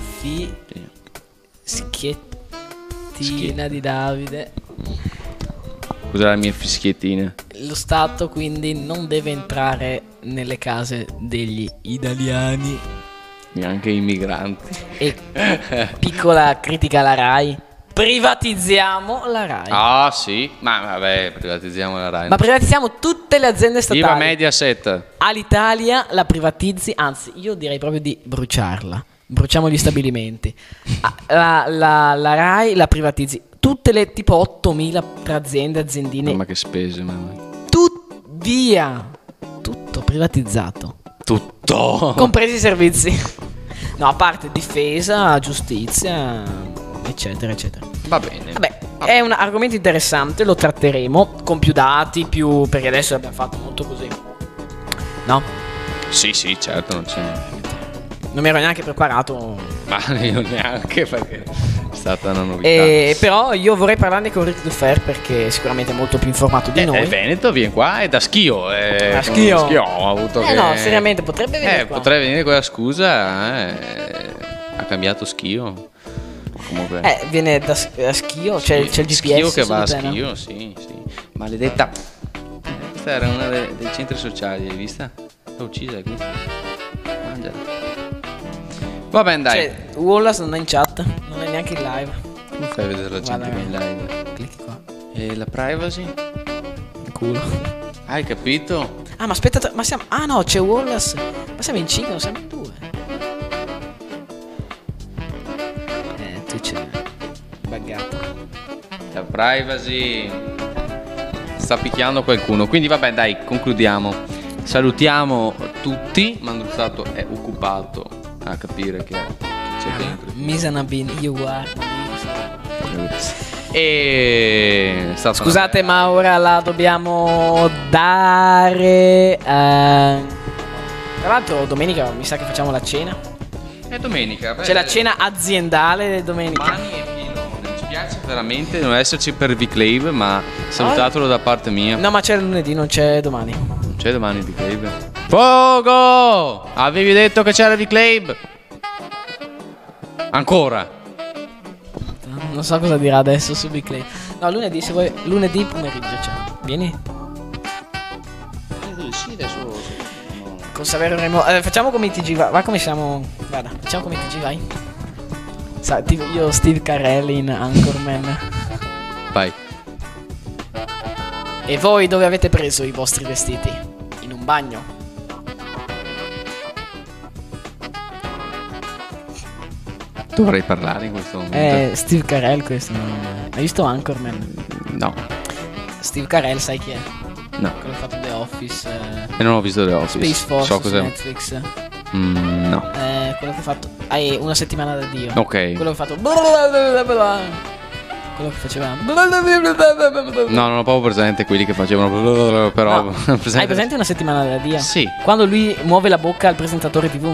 Speaker 1: schiettina di Davide.
Speaker 5: Cos'è la mia fischiettina?
Speaker 1: Lo Stato quindi non deve entrare nelle case degli italiani.
Speaker 5: Neanche i migranti.
Speaker 1: E piccola critica alla Rai: privatizziamo la Rai.
Speaker 5: Ah sì, ma vabbè, privatizziamo la Rai.
Speaker 1: Ma privatizziamo tutte le aziende statali.
Speaker 5: Viva Mediaset.
Speaker 1: All'Italia la privatizzi, anzi io direi proprio di bruciarla. Bruciamo gli stabilimenti. La Rai la privatizzi. Tutte le tipo 8.000 aziendine.
Speaker 5: Ma che spese, mamma.
Speaker 1: Via. Tutto privatizzato.
Speaker 5: Tutto.
Speaker 1: Compresi i servizi. No, a parte difesa, giustizia, eccetera, eccetera.
Speaker 5: Va bene.
Speaker 1: Vabbè, è un argomento interessante, lo tratteremo con più dati, perché adesso abbiamo fatto molto così. No?
Speaker 5: Sì, certo, non c'è.
Speaker 1: Non mi ero neanche preparato.
Speaker 5: Ma io neanche, perché
Speaker 2: stata una novità.
Speaker 1: Però io vorrei parlarne con Ric Dufer perché sicuramente è molto più informato di noi.
Speaker 2: È Veneto, viene qua, è da Schio.
Speaker 1: Da Schio.
Speaker 2: Ho avuto
Speaker 1: No, seriamente, potrebbe venire qua.
Speaker 2: Potrebbe venire con la scusa. Ha cambiato Schio. Comunque.
Speaker 1: Viene da Schio, c'è il GPS.
Speaker 2: Schio che va a
Speaker 1: Schio,
Speaker 2: Schio, sì. Maledetta. Questa era una dei centri sociali, hai vista? L'ho uccisa questa. Mangiala. Va bene, dai.
Speaker 1: Cioè, Wallace non è in chat, non è neanche in live.
Speaker 2: Come fai a vedere la gente che è in live?
Speaker 1: Clicchi qua.
Speaker 2: E la privacy?
Speaker 1: Il culo.
Speaker 2: Hai capito?
Speaker 1: Ah, ma aspetta, ma siamo. Ah no, c'è Wallace. Ma siamo in 5, non siamo in 2. Tu c'è. Buggato.
Speaker 2: La privacy sta picchiando qualcuno. Quindi vabbè, dai, concludiamo. Salutiamo tutti. Manduzzato è occupato a capire che c'è dentro.
Speaker 1: Misanabin, io guardo.
Speaker 2: E
Speaker 1: scusate, ma ora la dobbiamo dare. Tra l'altro, domenica mi sa che facciamo la cena.
Speaker 2: È domenica.
Speaker 1: C'è la cena aziendale domenica.
Speaker 2: Domani è pieno. Mi spiace veramente non esserci per V-Clave, ma salutatelo da parte mia.
Speaker 1: No, ma c'è lunedì, non c'è domani.
Speaker 2: Non c'è domani V-Clave. Pogo! Avevi detto che c'era V-Clave? Ancora?
Speaker 1: Non so cosa dirà adesso su V-Clave. No, lunedì, se vuoi. Lunedì pomeriggio c'è. Vieni.
Speaker 2: Sì, adesso.
Speaker 1: Con Saverio Remo. Facciamo come i TG, va come siamo. Guarda, facciamo come i TG, vai. Tipo io Steve Carell in Anchorman.
Speaker 2: Vai.
Speaker 1: E voi dove avete preso i vostri vestiti? In un bagno?
Speaker 2: Dovrei parlare in questo momento.
Speaker 1: Steve Carell questo. Hai visto Anchorman?
Speaker 2: No.
Speaker 1: Steve Carell sai chi è?
Speaker 2: No.
Speaker 1: Quello che ha fatto The Office.
Speaker 2: E non ho visto The Office.
Speaker 1: Space Force
Speaker 2: so
Speaker 1: su
Speaker 2: cos'è.
Speaker 1: Netflix.
Speaker 2: No.
Speaker 1: Quello che ha fatto. Una settimana da Dio.
Speaker 2: Ok.
Speaker 1: Quello che ha fatto. Quello che faceva.
Speaker 2: No, non ho proprio presente quelli che facevano. Però.
Speaker 1: No. Hai presente Una settimana da Dio?
Speaker 2: Sì.
Speaker 1: Quando lui muove la bocca al presentatore TV.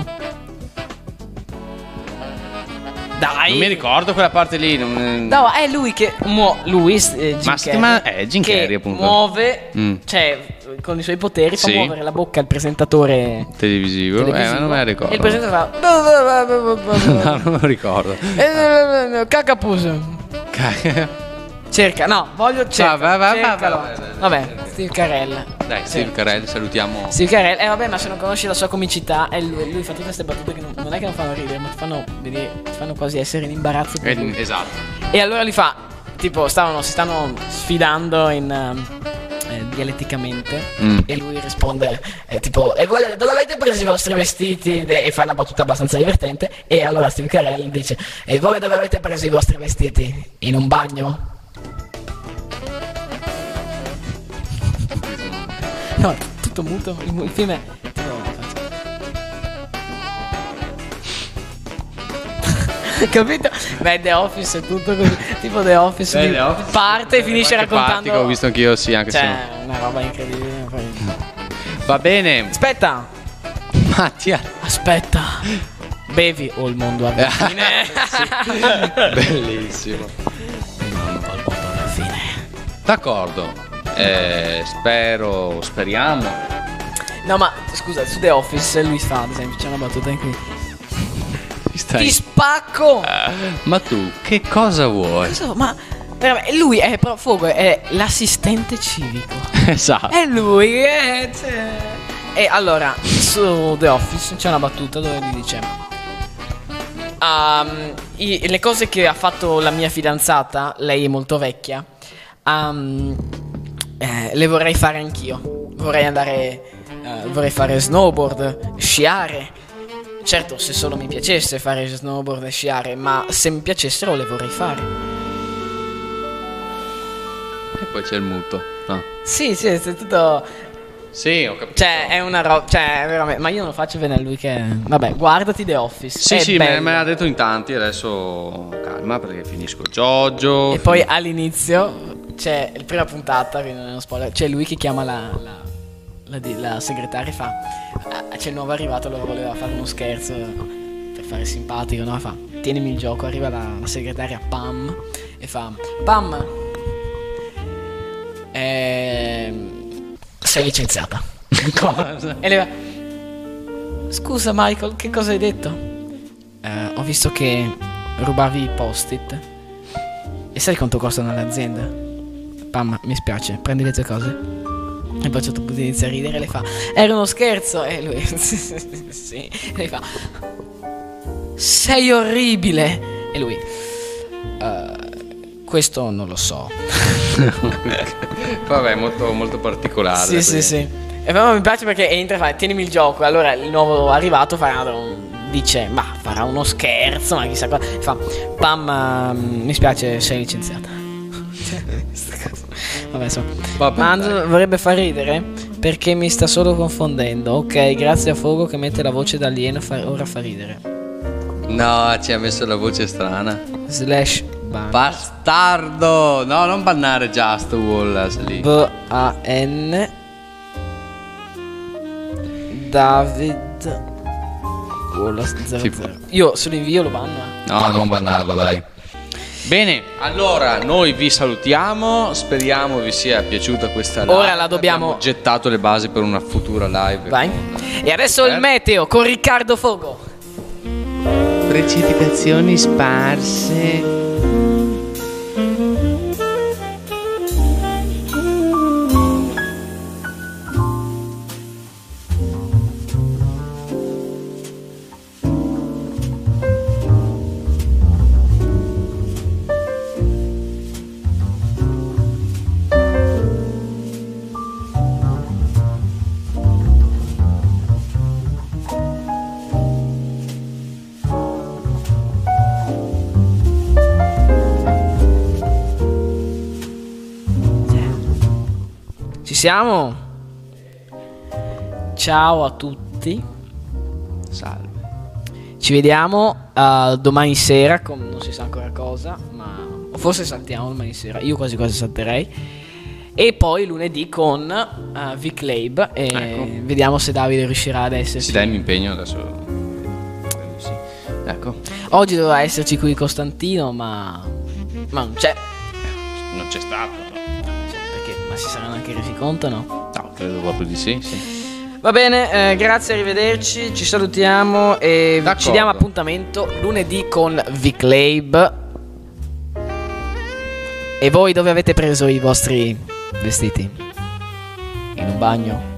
Speaker 1: Dai.
Speaker 2: Non mi ricordo quella parte lì.
Speaker 1: No, è lui che Jim
Speaker 2: Jim Carrey, appunto.
Speaker 1: Muove, cioè con i suoi poteri fa muovere la bocca al presentatore
Speaker 2: televisivo. Ma non me la ricordo.
Speaker 1: E il presentatore
Speaker 2: fa no, non me lo ricordo.
Speaker 1: Cacapuso. Cerca, no, voglio cercalo. Vabbè, Steve Carell.
Speaker 2: Dai, Steve Carell, salutiamo.
Speaker 1: Steve Carell, vabbè, ma se non conosci la sua comicità, lui fa tutte queste battute che non è che non fanno ridere, ma ti fanno quasi essere in imbarazzo.
Speaker 2: Esatto.
Speaker 1: E allora li fa, tipo, si stanno sfidando in dialetticamente. E lui risponde tipo, e voi dove avete preso i vostri vestiti? E fa una battuta abbastanza divertente. E allora Steve Carell dice, e voi dove avete preso i vostri vestiti? In un bagno? No, tutto muto, il film è capito? Beh, The Office è tutto così. Tipo The Office, parte e finisce raccontando.
Speaker 2: Ho visto anch'io, sì, anche se
Speaker 1: una roba incredibile.
Speaker 2: Va bene.
Speaker 1: Aspetta.
Speaker 2: Mattia.
Speaker 1: Aspetta. Bevi o il mondo alla fine.
Speaker 2: Bellissimo.
Speaker 1: Il mondo alla fine.
Speaker 2: D'accordo. Speriamo.
Speaker 1: No, ma scusa, su The Office lui fa, ad esempio, c'è una battuta in cui ti spacco.
Speaker 2: Ma tu che cosa vuoi?
Speaker 1: Ma lui è l'assistente civico.
Speaker 2: Esatto.
Speaker 1: È lui che E allora, su The Office c'è una battuta dove lui dice le cose che ha fatto la mia fidanzata, lei è molto vecchia, le vorrei fare anch'io. Vorrei fare snowboard, sciare. Certo, se solo mi piacesse fare snowboard e sciare, ma se mi piacessero le vorrei fare.
Speaker 2: E poi c'è il muto. No.
Speaker 1: Sì, è tutto.
Speaker 2: Sì, ho capito.
Speaker 1: Cioè, è una roba. Cioè, veramente. Ma io non lo faccio bene a lui che. Vabbè, guardati The Office.
Speaker 2: Sì, me l'ha detto in tanti. Adesso calma perché finisco Jojo.
Speaker 1: E poi all'inizio c'è la prima puntata, quindi non è uno spoiler. C'è lui che chiama la segretaria e fa: c'è il nuovo arrivato, allora voleva fare uno scherzo per fare simpatico, no? Fa: tienimi il gioco. Arriva la segretaria Pam e fa: Pam, sei licenziata. E lei va: scusa Michael, che cosa hai detto? Ho visto che rubavi i post-it. E sai quanto costano all'azienda? Pam, mi spiace, prendi le tue cose. E poi a un certo punto inizia a ridere e le fa: era uno scherzo. E lui sì. E lei fa: sei orribile. E lui: questo non lo so.
Speaker 5: Vabbè, molto, molto particolare.
Speaker 1: Sì. E però mi piace perché entra e fa: tienimi il gioco. E allora il nuovo arrivato dice: ma farà uno scherzo, ma chissà cosa. Fa: Pam, mi spiace, sei licenziata. Vabbè, insomma. Manzo vorrebbe far ridere perché mi sta solo confondendo. Ok, grazie a Fogo che mette la voce da alieno, ora fa ridere.
Speaker 5: No, ci ha messo la voce strana.
Speaker 1: Slash
Speaker 5: bastardo. No, non bannare Just Wallace lì.
Speaker 1: B-A-N David Wallace 00. Io se lo invio lo banno.
Speaker 5: No, non bannarlo, dai. Bene, allora noi vi salutiamo, speriamo vi sia piaciuta questa live.
Speaker 1: Ora la dobbiamo.
Speaker 5: Abbiamo gettato le basi per una futura live.
Speaker 1: Vai. E adesso il meteo con Riccardo Fogo.
Speaker 5: Precipitazioni sparse.
Speaker 1: Siamo. Ciao a tutti.
Speaker 5: Salve.
Speaker 1: Ci vediamo domani sera con non si sa ancora cosa, ma o forse saltiamo domani sera. Io quasi quasi salterei. E poi lunedì con V-Clave e ecco. Vediamo se Davide riuscirà ad esserci.
Speaker 5: Si dà il mio impegno adesso. Sì. Ecco.
Speaker 1: Oggi doveva esserci qui Costantino, ma non c'è.
Speaker 5: Non c'è stato.
Speaker 1: Ma si saranno anche resi conto, no?
Speaker 5: No, credo proprio di sì.
Speaker 1: Va bene, grazie, arrivederci, ci salutiamo e ci diamo appuntamento lunedì con V-Clave. E voi dove avete preso i vostri vestiti? In un bagno?